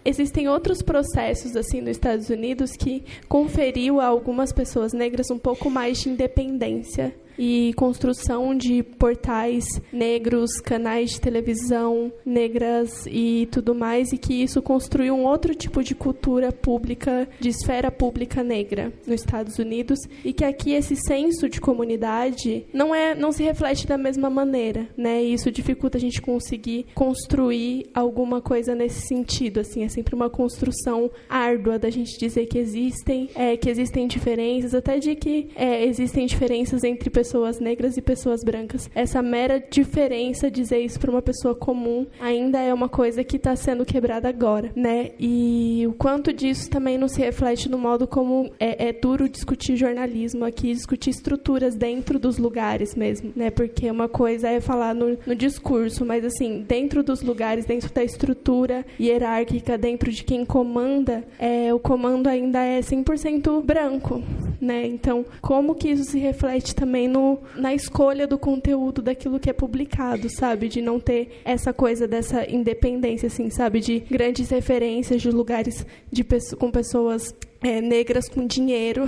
existem outros processos assim nos Estados Unidos que conferiu a algumas pessoas negras um pouco mais de independência e construção de portais negros, canais de televisão negras e tudo mais, e que isso construiu um outro tipo de cultura pública, de esfera pública negra nos Estados Unidos, e que aqui esse senso de comunidade não é, não se reflete da mesma maneira, né? E isso dificulta a gente conseguir construir alguma coisa nesse sentido, assim, é sempre uma construção árdua da gente dizer que existem, é, que existem diferenças, até de que é, existem diferenças entre pessoas pessoas negras e pessoas brancas. Essa mera diferença, dizer isso para uma pessoa comum, ainda é uma coisa que está sendo quebrada agora, né? E o quanto disso também não se reflete no modo como é, é duro discutir jornalismo aqui, discutir estruturas dentro dos lugares mesmo, né? Porque uma coisa é falar no, no discurso, mas assim, dentro dos lugares, dentro da estrutura hierárquica, dentro de quem comanda, é, o comando ainda é cem por cento branco, né? Então, como que isso se reflete também no, na escolha do conteúdo daquilo que é publicado, sabe? De não ter essa coisa dessa independência, assim, sabe? De grandes referências de lugares de, com pessoas É, negras com dinheiro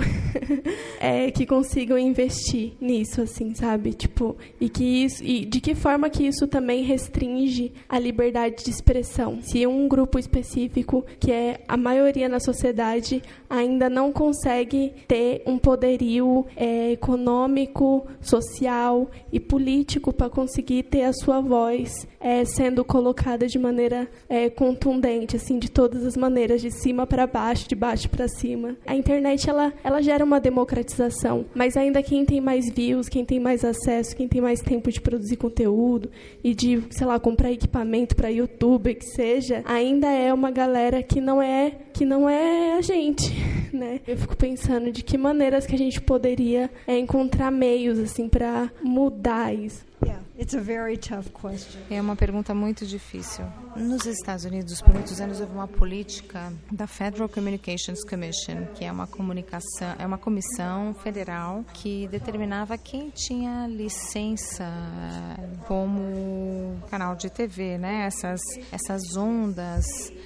é, que consigam investir nisso, assim, sabe? Tipo, e que isso, e de que forma que isso também restringe a liberdade de expressão? Se um grupo específico, que é a maioria na sociedade, ainda não consegue ter um poderio é, econômico, social e político para conseguir ter a sua voz é, sendo colocada de maneira é, contundente, assim, de todas as maneiras, de cima para baixo, de baixo para cima. A internet, ela, ela gera uma democratização, mas ainda quem tem mais views, quem tem mais acesso, quem tem mais tempo de produzir conteúdo e de, sei lá, comprar equipamento para YouTube, que seja, ainda é uma galera que não é, que não é a gente, né? Eu fico pensando de que maneiras que a gente poderia é, encontrar meios, assim, para mudar isso. Yeah, it's a very tough question. É uma pergunta muito difícil. Nos Estados Unidos, por muitos anos, houve uma política da Federal Communications Commission, que é uma comunicação, é uma comissão federal que determinava quem tinha licença como canal de T V, né? Essas, essas ondas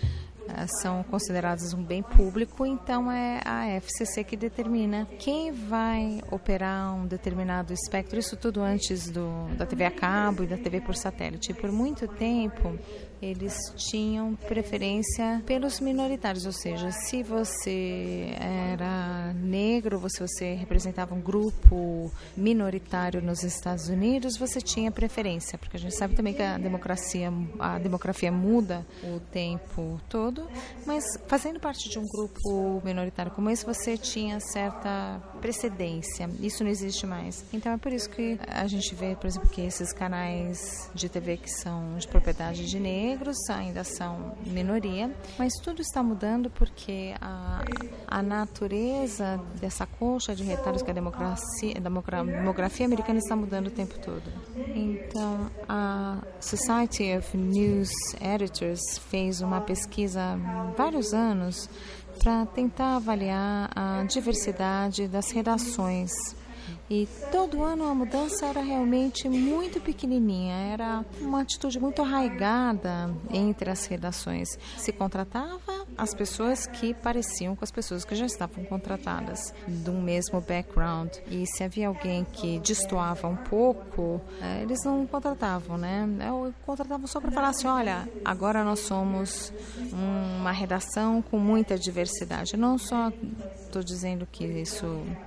são consideradas um bem público, então é a F C C que determina quem vai operar um determinado espectro, isso tudo antes do, da T V a cabo e da T V por satélite. E por muito tempo eles tinham preferência pelos minoritários, ou seja, se você era negro, se você representava um grupo minoritário nos Estados Unidos, você tinha preferência, porque a gente sabe também que a democracia, a demografia muda o tempo todo, mas fazendo parte de um grupo minoritário como esse, você tinha certa precedência. Isso não existe mais. Então é por isso que a gente vê, por exemplo, que esses canais de T V que são de propriedade de negros ainda são minoria, mas tudo está mudando porque a, a natureza dessa colcha de retalhos que a democracia, a demografia americana está mudando o tempo todo. Então, a Society of News Editors fez uma pesquisa há vários anos para tentar avaliar a diversidade das redações. E todo ano a mudança era realmente muito pequenininha, era uma atitude muito arraigada entre as redações. Se contratava as pessoas que pareciam com as pessoas que já estavam contratadas, do mesmo background. E se havia alguém que destoava um pouco, eles não contratavam, né? Ou contratavam só para falar assim, olha, agora nós somos uma redação com muita diversidade. Não só estou dizendo que isso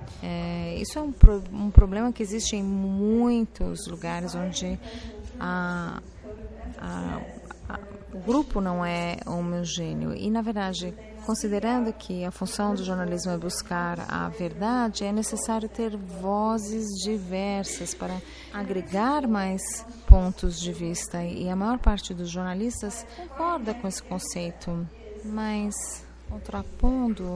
é, isso é um, pro, um problema que existe em muitos lugares onde a, a, a, o grupo não é homogêneo. E, na verdade, considerando que a função do jornalismo é buscar a verdade, é necessário ter vozes diversas para agregar mais pontos de vista. E a maior parte dos jornalistas concorda com esse conceito, mas contrapondo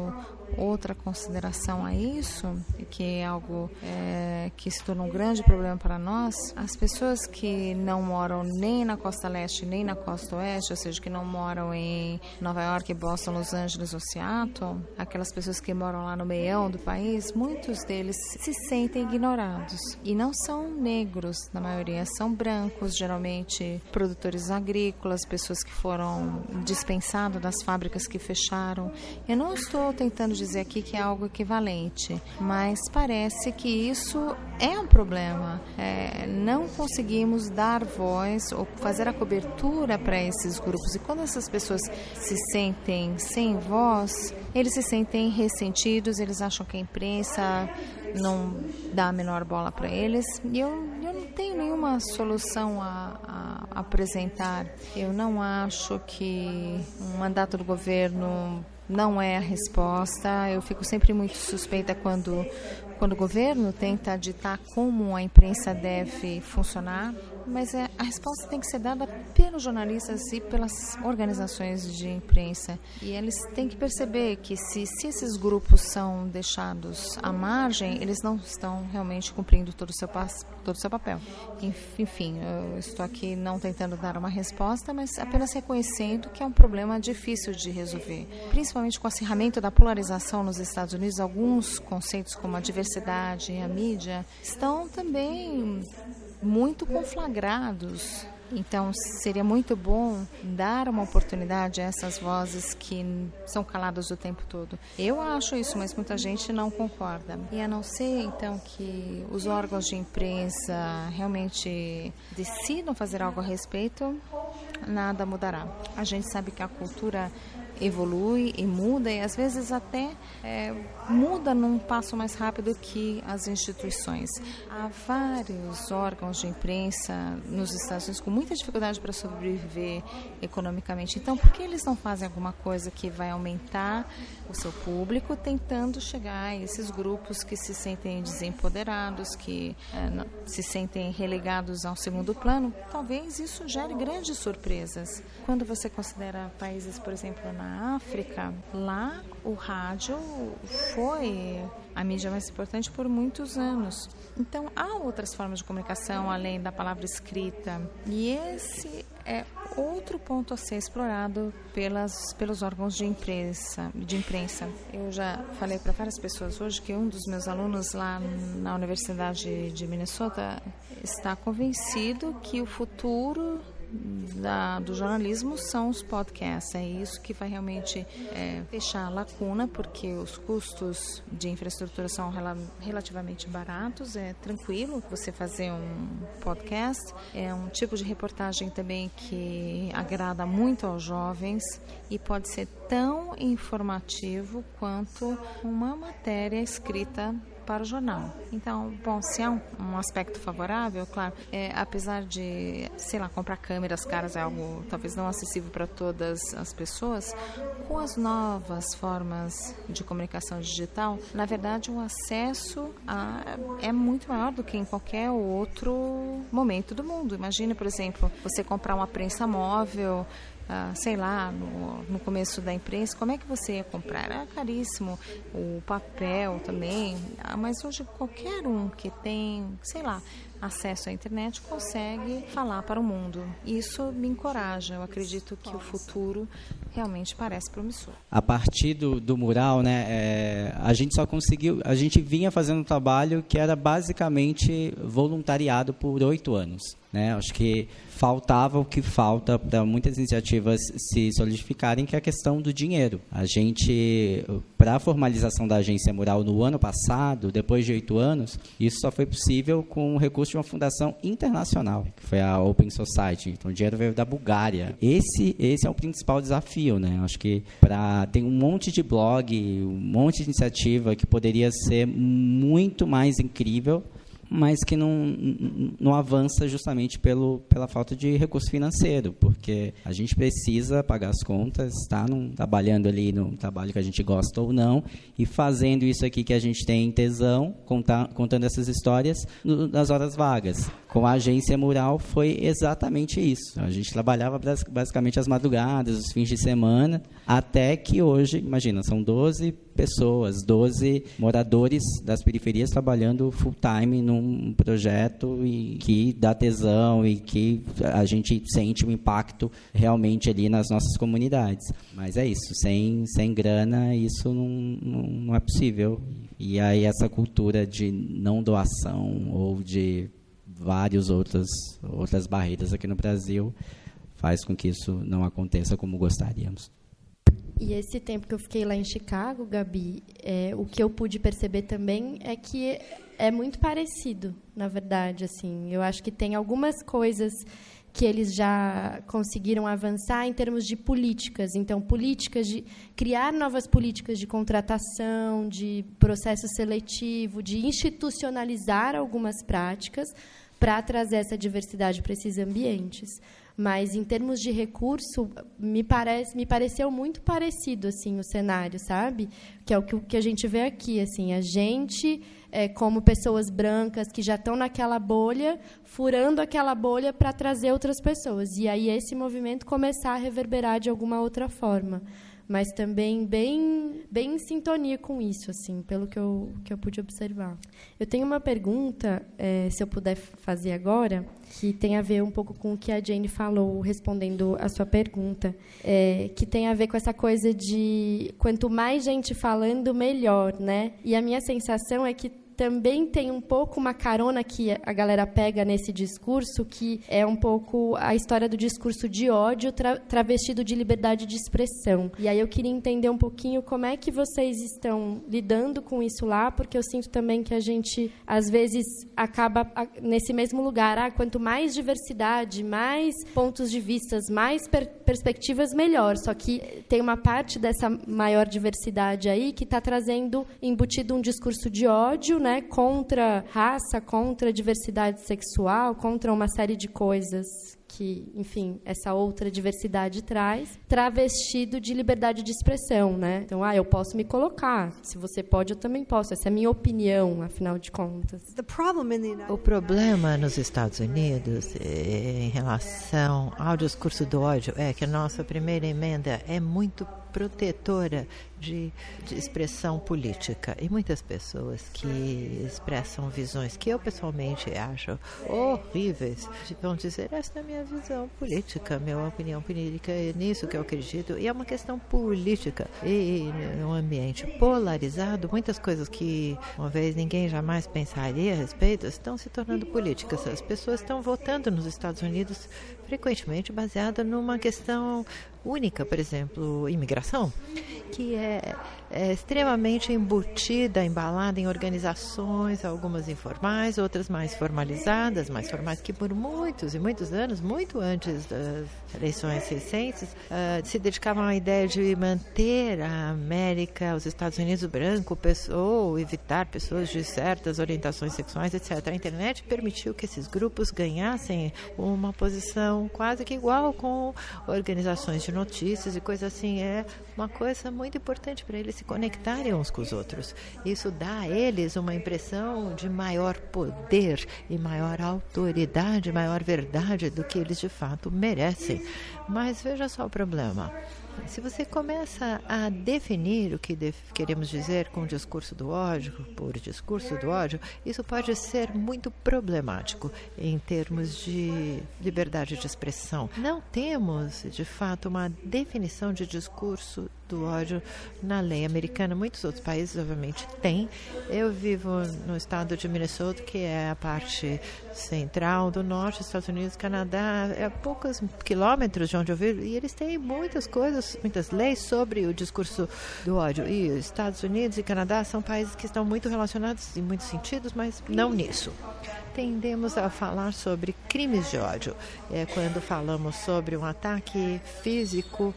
outra consideração a isso, que é algo é, que se tornou um grande problema para nós, as pessoas que não moram nem na costa leste, nem na costa oeste, ou seja, que não moram em Nova York, Boston, Los Angeles ou Seattle, aquelas pessoas que moram lá no meião do país, muitos deles se sentem ignorados. E não são negros, na maioria, são brancos, geralmente produtores agrícolas, pessoas que foram dispensadas das fábricas que fecharam. Eu não estou tentando dizer aqui que é algo equivalente, mas parece que isso é um problema. É, não conseguimos dar voz ou fazer a cobertura para esses grupos. E quando essas pessoas se sentem sem voz, eles se sentem ressentidos, eles acham que a imprensa não dá a menor bola para eles. E eu, eu não tenho nenhuma solução a, a apresentar. Eu não acho que um mandato do governo não é a resposta. Eu fico sempre muito suspeita quando, quando o governo tenta ditar como a imprensa deve funcionar, mas é, a resposta tem que ser dada pelos jornalistas e pelas organizações de imprensa. E eles têm que perceber que se, se esses grupos são deixados à margem, eles não estão realmente cumprindo todo o seu, todo o seu papel. Enfim, eu estou aqui não tentando dar uma resposta, mas apenas reconhecendo que é um problema difícil de resolver. Principalmente com o acirramento da polarização nos Estados Unidos, alguns conceitos como a diversidade e a mídia estão também muito conflagrados. Então, seria muito bom dar uma oportunidade a essas vozes que são caladas o tempo todo. Eu acho isso, mas muita gente não concorda. E a não ser, então, que os órgãos de imprensa realmente decidam fazer algo a respeito, nada mudará. A gente sabe que a cultura evolui e muda, e às vezes até é, muda num passo mais rápido que as instituições. Há vários órgãos de imprensa nos Estados Unidos com muita dificuldade para sobreviver economicamente. Então, por que eles não fazem alguma coisa que vai aumentar o seu público, tentando chegar a esses grupos que se sentem desempoderados, que é, não, se sentem relegados ao segundo plano? Talvez isso gere grandes surpresas. Quando você considera países, por exemplo, na África, lá o rádio foi a mídia mais importante por muitos anos. Então, há outras formas de comunicação além da palavra escrita. E esse é outro ponto a ser explorado pelas, pelos órgãos de imprensa, de imprensa. Eu já falei para várias pessoas hoje que um dos meus alunos lá na Universidade de Minnesota está convencido que o futuro Da, do jornalismo são os podcasts. É isso que vai realmente é, fechar a lacuna, porque os custos de infraestrutura são rela, relativamente baratos, é tranquilo você fazer um podcast. É um tipo de reportagem também que agrada muito aos jovens e pode ser tão informativo quanto uma matéria escrita para o jornal. Então, bom, se há um, um aspecto favorável, claro, é, apesar de, sei lá, comprar câmeras caras é algo talvez não acessível para todas as pessoas, com as novas formas de comunicação digital, na verdade, o acesso a, é muito maior do que em qualquer outro momento do mundo. Imagina, por exemplo, você comprar uma prensa móvel, Uh, sei lá, no, no começo da imprensa, como é que você ia comprar? Era caríssimo, o papel também, uh, mas hoje qualquer um que tem, sei lá, acesso à internet consegue falar para o mundo. Isso me encoraja, eu acredito que o futuro realmente parece promissor. A partir do, do mural, né, é, a gente só conseguiu, a gente vinha fazendo um trabalho que era basicamente voluntariado por oito anos. Né? Acho que faltava o que falta para muitas iniciativas se solidificarem, que é a questão do dinheiro. A gente, para a formalização da agência mural no ano passado, depois de oito anos, isso só foi possível com o recurso de uma fundação internacional, que foi a Open Society. Então, o dinheiro veio da Bulgária. Esse, esse é o principal desafio, né? Acho que pra, tem um monte de blog, um monte de iniciativa que poderia ser muito mais incrível, mas que não, não avança justamente pelo, pela falta de recurso financeiro, porque a gente precisa pagar as contas, está trabalhando ali no trabalho que a gente gosta ou não, e fazendo isso aqui que a gente tem tesão, contar, contando essas histórias no, nas horas vagas. Com a agência mural foi exatamente isso. A gente trabalhava basicamente as madrugadas, os fins de semana, até que hoje, imagina, são doze pessoas, doze moradores das periferias trabalhando full time num projeto e que dá tesão e que a gente sente o impacto realmente ali nas nossas comunidades. Mas é isso, sem, sem grana isso não, não, não é possível. E aí essa cultura de não doação ou de várias outras, outras barreiras aqui no Brasil faz com que isso não aconteça como gostaríamos. E esse tempo que eu fiquei lá em Chicago, Gabi, é, o que eu pude perceber também é que é muito parecido, na verdade. Assim, eu acho que tem algumas coisas que eles já conseguiram avançar em termos de políticas. Então, políticas de criar novas políticas de contratação, de processo seletivo, de institucionalizar algumas práticas para trazer essa diversidade para esses ambientes. Mas, em termos de recurso, me, parece, me pareceu muito parecido assim, o cenário, sabe? Que é o que, que a gente vê aqui. Assim, a gente, é, como pessoas brancas que já estão naquela bolha, furando aquela bolha para trazer outras pessoas. E aí esse movimento começar a reverberar de alguma outra forma. Mas também bem, bem em sintonia com isso, assim, pelo que eu, que eu pude observar. Eu tenho uma pergunta, é, se eu puder fazer agora, que tem a ver um pouco com o que a Jane falou, respondendo a sua pergunta, é, que tem a ver com essa coisa de quanto mais gente falando, melhor, né? E a minha sensação é que também tem um pouco uma carona que a galera pega nesse discurso, que é um pouco a história do discurso de ódio tra- travestido de liberdade de expressão. E aí eu queria entender um pouquinho como é que vocês estão lidando com isso lá, porque eu sinto também que a gente, às vezes, acaba nesse mesmo lugar. Ah, quanto mais diversidade, mais pontos de vista, mais per- perspectivas, melhor. Só que tem uma parte dessa maior diversidade aí que está trazendo, embutido um discurso de ódio, né? Né, contra raça, contra diversidade sexual, contra uma série de coisas que, enfim, essa outra diversidade traz, travestido de liberdade de expressão, né? Então, ah, eu posso me colocar. Se você pode, eu também posso. Essa é a minha opinião, afinal de contas. O problema nos Estados Unidos, em relação ao discurso do ódio, é que a nossa primeira emenda é muito protetora de, de expressão política. E muitas pessoas que expressam visões que eu pessoalmente acho horríveis vão dizer, essa é a minha visão política, minha opinião política, é nisso que eu acredito. E é uma questão política. E num ambiente polarizado, muitas coisas que uma vez ninguém jamais pensaria a respeito estão se tornando políticas. As pessoas estão votando nos Estados Unidos frequentemente baseada numa questão única, por exemplo, imigração, que é, é extremamente embutida, embalada em organizações, algumas informais, outras mais formalizadas, mais formais, que por muitos e muitos anos, muito antes das eleições recentes, uh, se dedicavam à ideia de manter a América, os Estados Unidos branco, ou evitar pessoas de certas orientações sexuais, etcétera. A internet permitiu que esses grupos ganhassem uma posição quase que igual com organizações de notícias e coisas assim. É uma coisa muito importante para eles se conectarem uns com os outros. Isso dá a eles uma impressão de maior poder e maior autoridade, maior verdade do que eles de fato merecem. Mas veja só o problema. Se você começa a definir o que def- queremos dizer com o discurso do ódio, por discurso do ódio, isso pode ser muito problemático em termos de liberdade de expressão. Não temos, de fato, uma definição de discurso do ódio na lei americana. Muitos outros países, obviamente, têm. Eu vivo no estado de Minnesota, que é a parte central do norte dos Estados Unidos, Canadá, é a poucos quilômetros de onde eu vivo, e eles têm muitas coisas, muitas leis sobre o discurso do ódio. E os Estados Unidos e Canadá são países que estão muito relacionados em muitos sentidos, mas não nisso. Tendemos a falar sobre crimes de ódio. É quando falamos sobre um ataque físico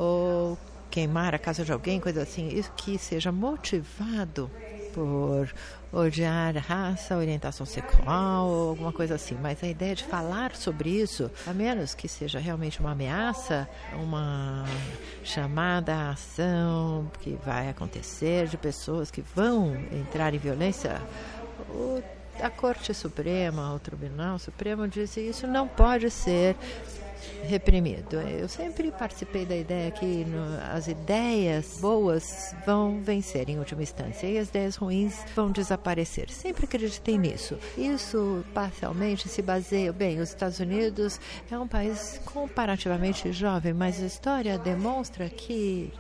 ou queimar a casa de alguém, coisa assim, isso que seja motivado por odiar raça, orientação sexual ou alguma coisa assim. Mas a ideia de falar sobre isso, a menos que seja realmente uma ameaça, uma chamada à ação que vai acontecer de pessoas que vão entrar em violência, o, a Corte Suprema, o Tribunal Supremo disse que isso não pode ser reprimido. Eu sempre participei da ideia que no, as ideias boas vão vencer em última instância e as ideias ruins vão desaparecer. Sempre acreditei nisso. Isso parcialmente se baseia, bem, os Estados Unidos é um país comparativamente jovem, mas a história demonstra que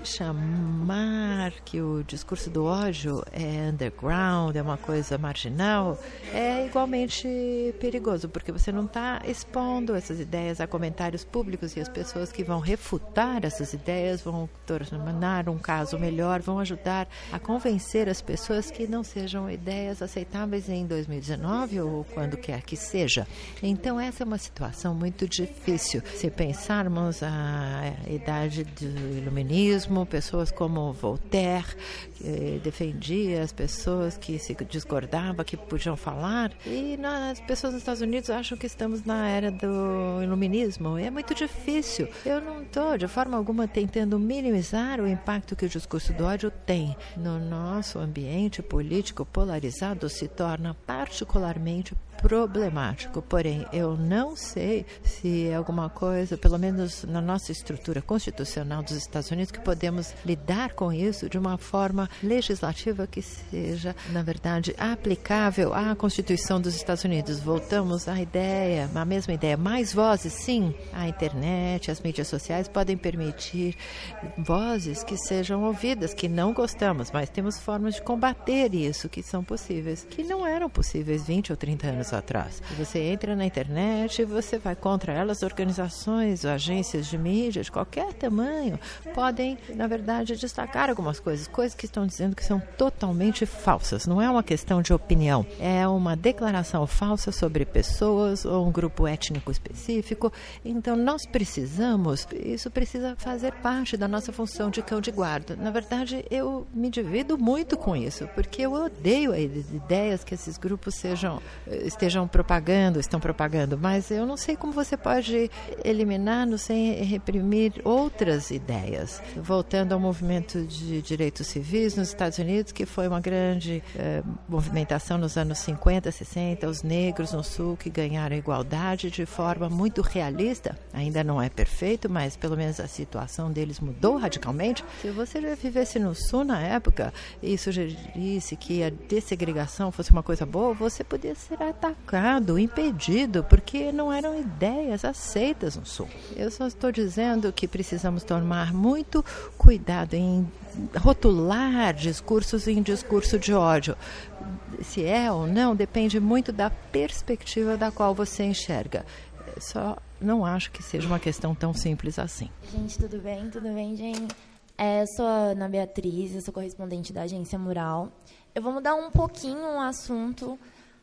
chamar que o discurso do ódio é underground, é uma coisa marginal, é igualmente perigoso, porque você não está expondo essas ideias a comentários públicos e as pessoas que vão refutar essas ideias vão tornar um caso melhor, vão ajudar a convencer as pessoas que não sejam ideias aceitáveis em dois mil e dezenove ou quando quer que seja. Então essa é uma situação muito difícil. Se pensarmos a idade do iluminismo, pessoas como Voltaire, que defendia as pessoas que se discordavam, que podiam falar, e as pessoas nos Estados Unidos acham que estamos na era do iluminismo. É muito difícil. Eu não estou, de forma alguma, tentando minimizar o impacto que o discurso do ódio tem. No nosso ambiente político polarizado, se torna particularmente problemático. Porém, eu não sei se é alguma coisa, pelo menos na nossa estrutura constitucional dos Estados Unidos, que podemos lidar com isso de uma forma legislativa que seja, na verdade, aplicável à Constituição dos Estados Unidos. Voltamos à ideia, à mesma ideia, mais vozes, sim. A internet, as mídias sociais podem permitir vozes que sejam ouvidas, que não gostamos, mas temos formas de combater isso, que são possíveis, que não eram possíveis vinte ou trinta anos atrás. Você entra na internet e você vai contra elas, organizações, agências de mídia de qualquer tamanho podem, na verdade, destacar algumas coisas, coisas que estão dizendo que são totalmente falsas. Não é uma questão de opinião, é uma declaração falsa sobre pessoas ou um grupo étnico específico. Então nós precisamos, isso precisa fazer parte da nossa função de cão de guarda. Na verdade, eu me divido muito com isso, porque eu odeio as ideias que esses grupos sejam estejam propagando, estão propagando, mas eu não sei como você pode eliminá-los sem reprimir outras ideias. Voltando ao movimento de direitos civis nos Estados Unidos, que foi uma grande eh, movimentação nos anos cinquenta, sessenta, os negros no Sul que ganharam igualdade de forma muito realista, ainda não é perfeito, mas pelo menos a situação deles mudou radicalmente. Se você já vivesse no Sul na época e sugerisse que a dessegregação fosse uma coisa boa, você podia ser atacado, impedido, porque não eram ideias aceitas no Sul. Eu só estou dizendo que precisamos tomar muito cuidado em rotular discursos em discurso de ódio. Se é ou não, depende muito da perspectiva da qual você enxerga. Só não acho que seja uma questão tão simples assim. Gente, tudo bem? Tudo bem, Jane? É, eu sou a Ana Beatriz, eu sou correspondente da Agência Mural. Eu vou mudar um pouquinho o assunto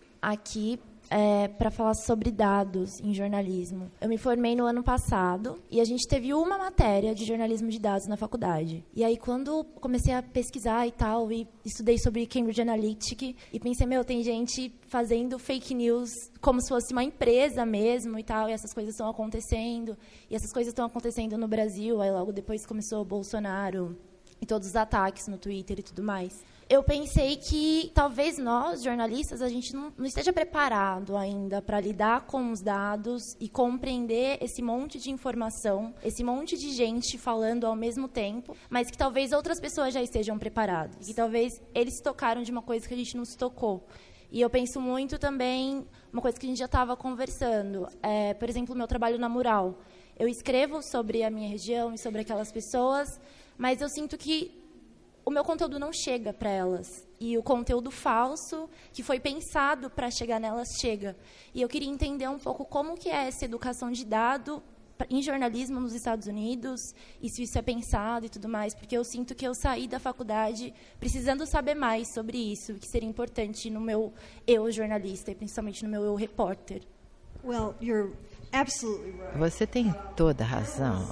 aqui é, para falar sobre dados em jornalismo. Eu me formei no ano passado e a gente teve uma matéria de jornalismo de dados na faculdade. E aí, quando comecei a pesquisar e tal, e estudei sobre Cambridge Analytica, e pensei, meu, tem gente fazendo fake news como se fosse uma empresa mesmo e tal, e essas coisas estão acontecendo. E essas coisas estão acontecendo no Brasil. Aí, logo depois, começou o Bolsonaro e todos os ataques no Twitter e tudo mais. Eu pensei que talvez nós, jornalistas, a gente não, não esteja preparado ainda para lidar com os dados e compreender esse monte de informação, esse monte de gente falando ao mesmo tempo, mas que talvez outras pessoas já estejam preparadas, que talvez eles se tocaram de uma coisa que a gente não se tocou. E eu penso muito também, uma coisa que a gente já estava conversando, é, por exemplo, o meu trabalho na Mural. Eu escrevo sobre a minha região e sobre aquelas pessoas, mas eu sinto que o meu conteúdo não chega para elas. E o conteúdo falso, que foi pensado para chegar nelas, chega. E eu queria entender um pouco como que é essa educação de dado em jornalismo nos Estados Unidos, e se isso é pensado e tudo mais, porque eu sinto que eu saí da faculdade precisando saber mais sobre isso, que seria importante no meu eu jornalista, e principalmente no meu eu repórter. Well, you're absolutely right. Você tem toda a razão.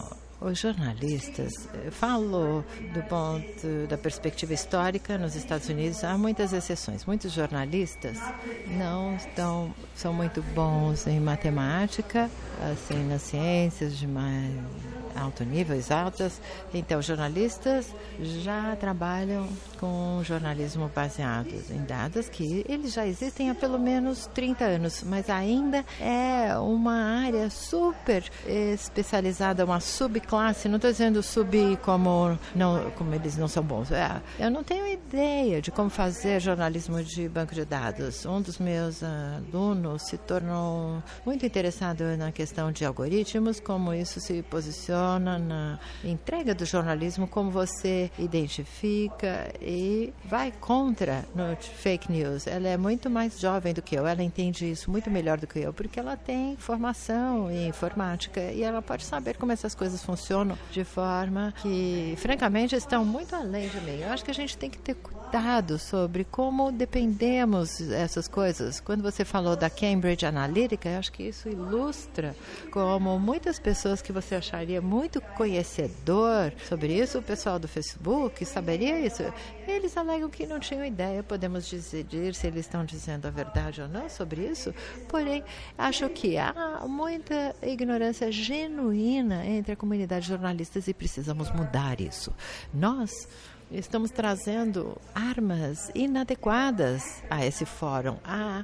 os jornalistas, eu falo do ponto da perspectiva histórica nos Estados Unidos, há muitas exceções. Muitos jornalistas não estão, são muito bons em matemática, assim, nas ciências de mais alto nível, altas. Então, jornalistas já trabalham com jornalismo baseado em dados que eles já existem há pelo menos trinta anos, mas ainda é uma área super especializada, uma subclasse. Não estou dizendo sub como, não, como eles não são bons. É, eu não tenho ideia de como fazer jornalismo de banco de dados. Um dos meus alunos se tornou muito interessado na questão de algoritmos, como isso se posiciona na entrega do jornalismo, como você identifica e vai contra no fake news. Ela é muito mais jovem do que eu, ela entende isso muito melhor do que eu, porque ela tem formação em informática e ela pode saber como essas coisas funcionam de forma que, francamente, estão muito além de mim. Eu acho que a gente tem que ter cuidado sobre como dependemos dessas coisas. Quando você falou da Cambridge Analytica, eu acho que isso ilustra como muitas pessoas que você acharia muito conhecedor sobre isso, o pessoal do Facebook saberia isso, eles alegam que não tinham ideia. Podemos decidir se eles estão dizendo a verdade ou não sobre isso, porém, acho que há muita ignorância genuína entre a comunidade de jornalistas e precisamos mudar isso. Nós estamos trazendo armas inadequadas a esse fórum. Há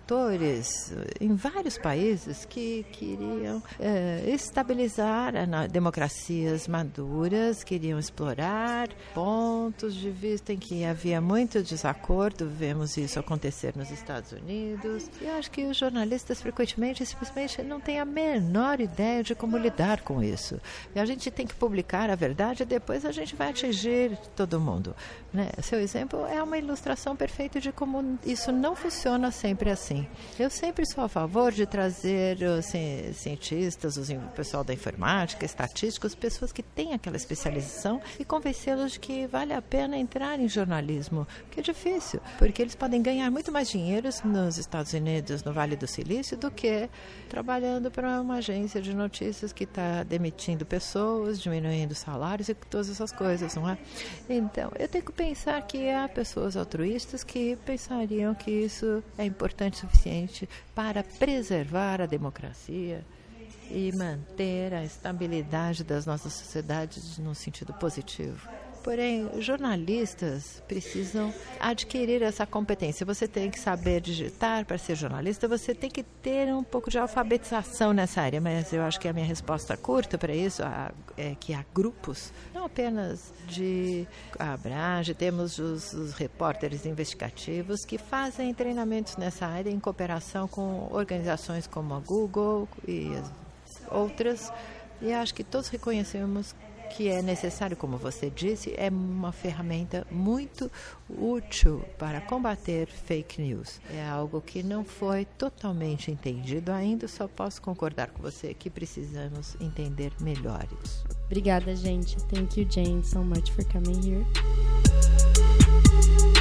atores em vários países que queriam eh, estabilizar a, democracias maduras, queriam explorar pontos de vista em que havia muito desacordo. Vemos isso acontecer nos Estados Unidos. E eu acho que os jornalistas frequentemente simplesmente não têm a menor ideia de como lidar com isso. E a gente tem que publicar a verdade e depois a gente vai atingir todo do mundo, né? Seu exemplo é uma ilustração perfeita de como isso não funciona sempre assim. Eu sempre sou a favor de trazer os cientistas, os, o pessoal da informática, estatísticos, pessoas que têm aquela especialização e convencê-los de que vale a pena entrar em jornalismo, que é difícil, porque eles podem ganhar muito mais dinheiro nos Estados Unidos, no Vale do Silício, do que trabalhando para uma agência de notícias que está demitindo pessoas, diminuindo salários e todas essas coisas, não é? Então, eu tenho que pensar que há pessoas altruístas que pensariam que isso é importante o suficiente para preservar a democracia e manter a estabilidade das nossas sociedades no sentido positivo. Porém, jornalistas precisam adquirir essa competência. Você tem que saber digitar para ser jornalista, você tem que ter um pouco de alfabetização nessa área, mas eu acho que a minha resposta curta para isso é que há grupos, não apenas de abrange, temos os, os repórteres investigativos que fazem treinamentos nessa área em cooperação com organizações como a Google e outras, e acho que todos reconhecemos que é necessário, como você disse, é uma ferramenta muito útil para combater fake news. É algo que não foi totalmente entendido ainda, só posso concordar com você que precisamos entender melhor isso. Obrigada, gente. Thank you, Jane, so much for coming here.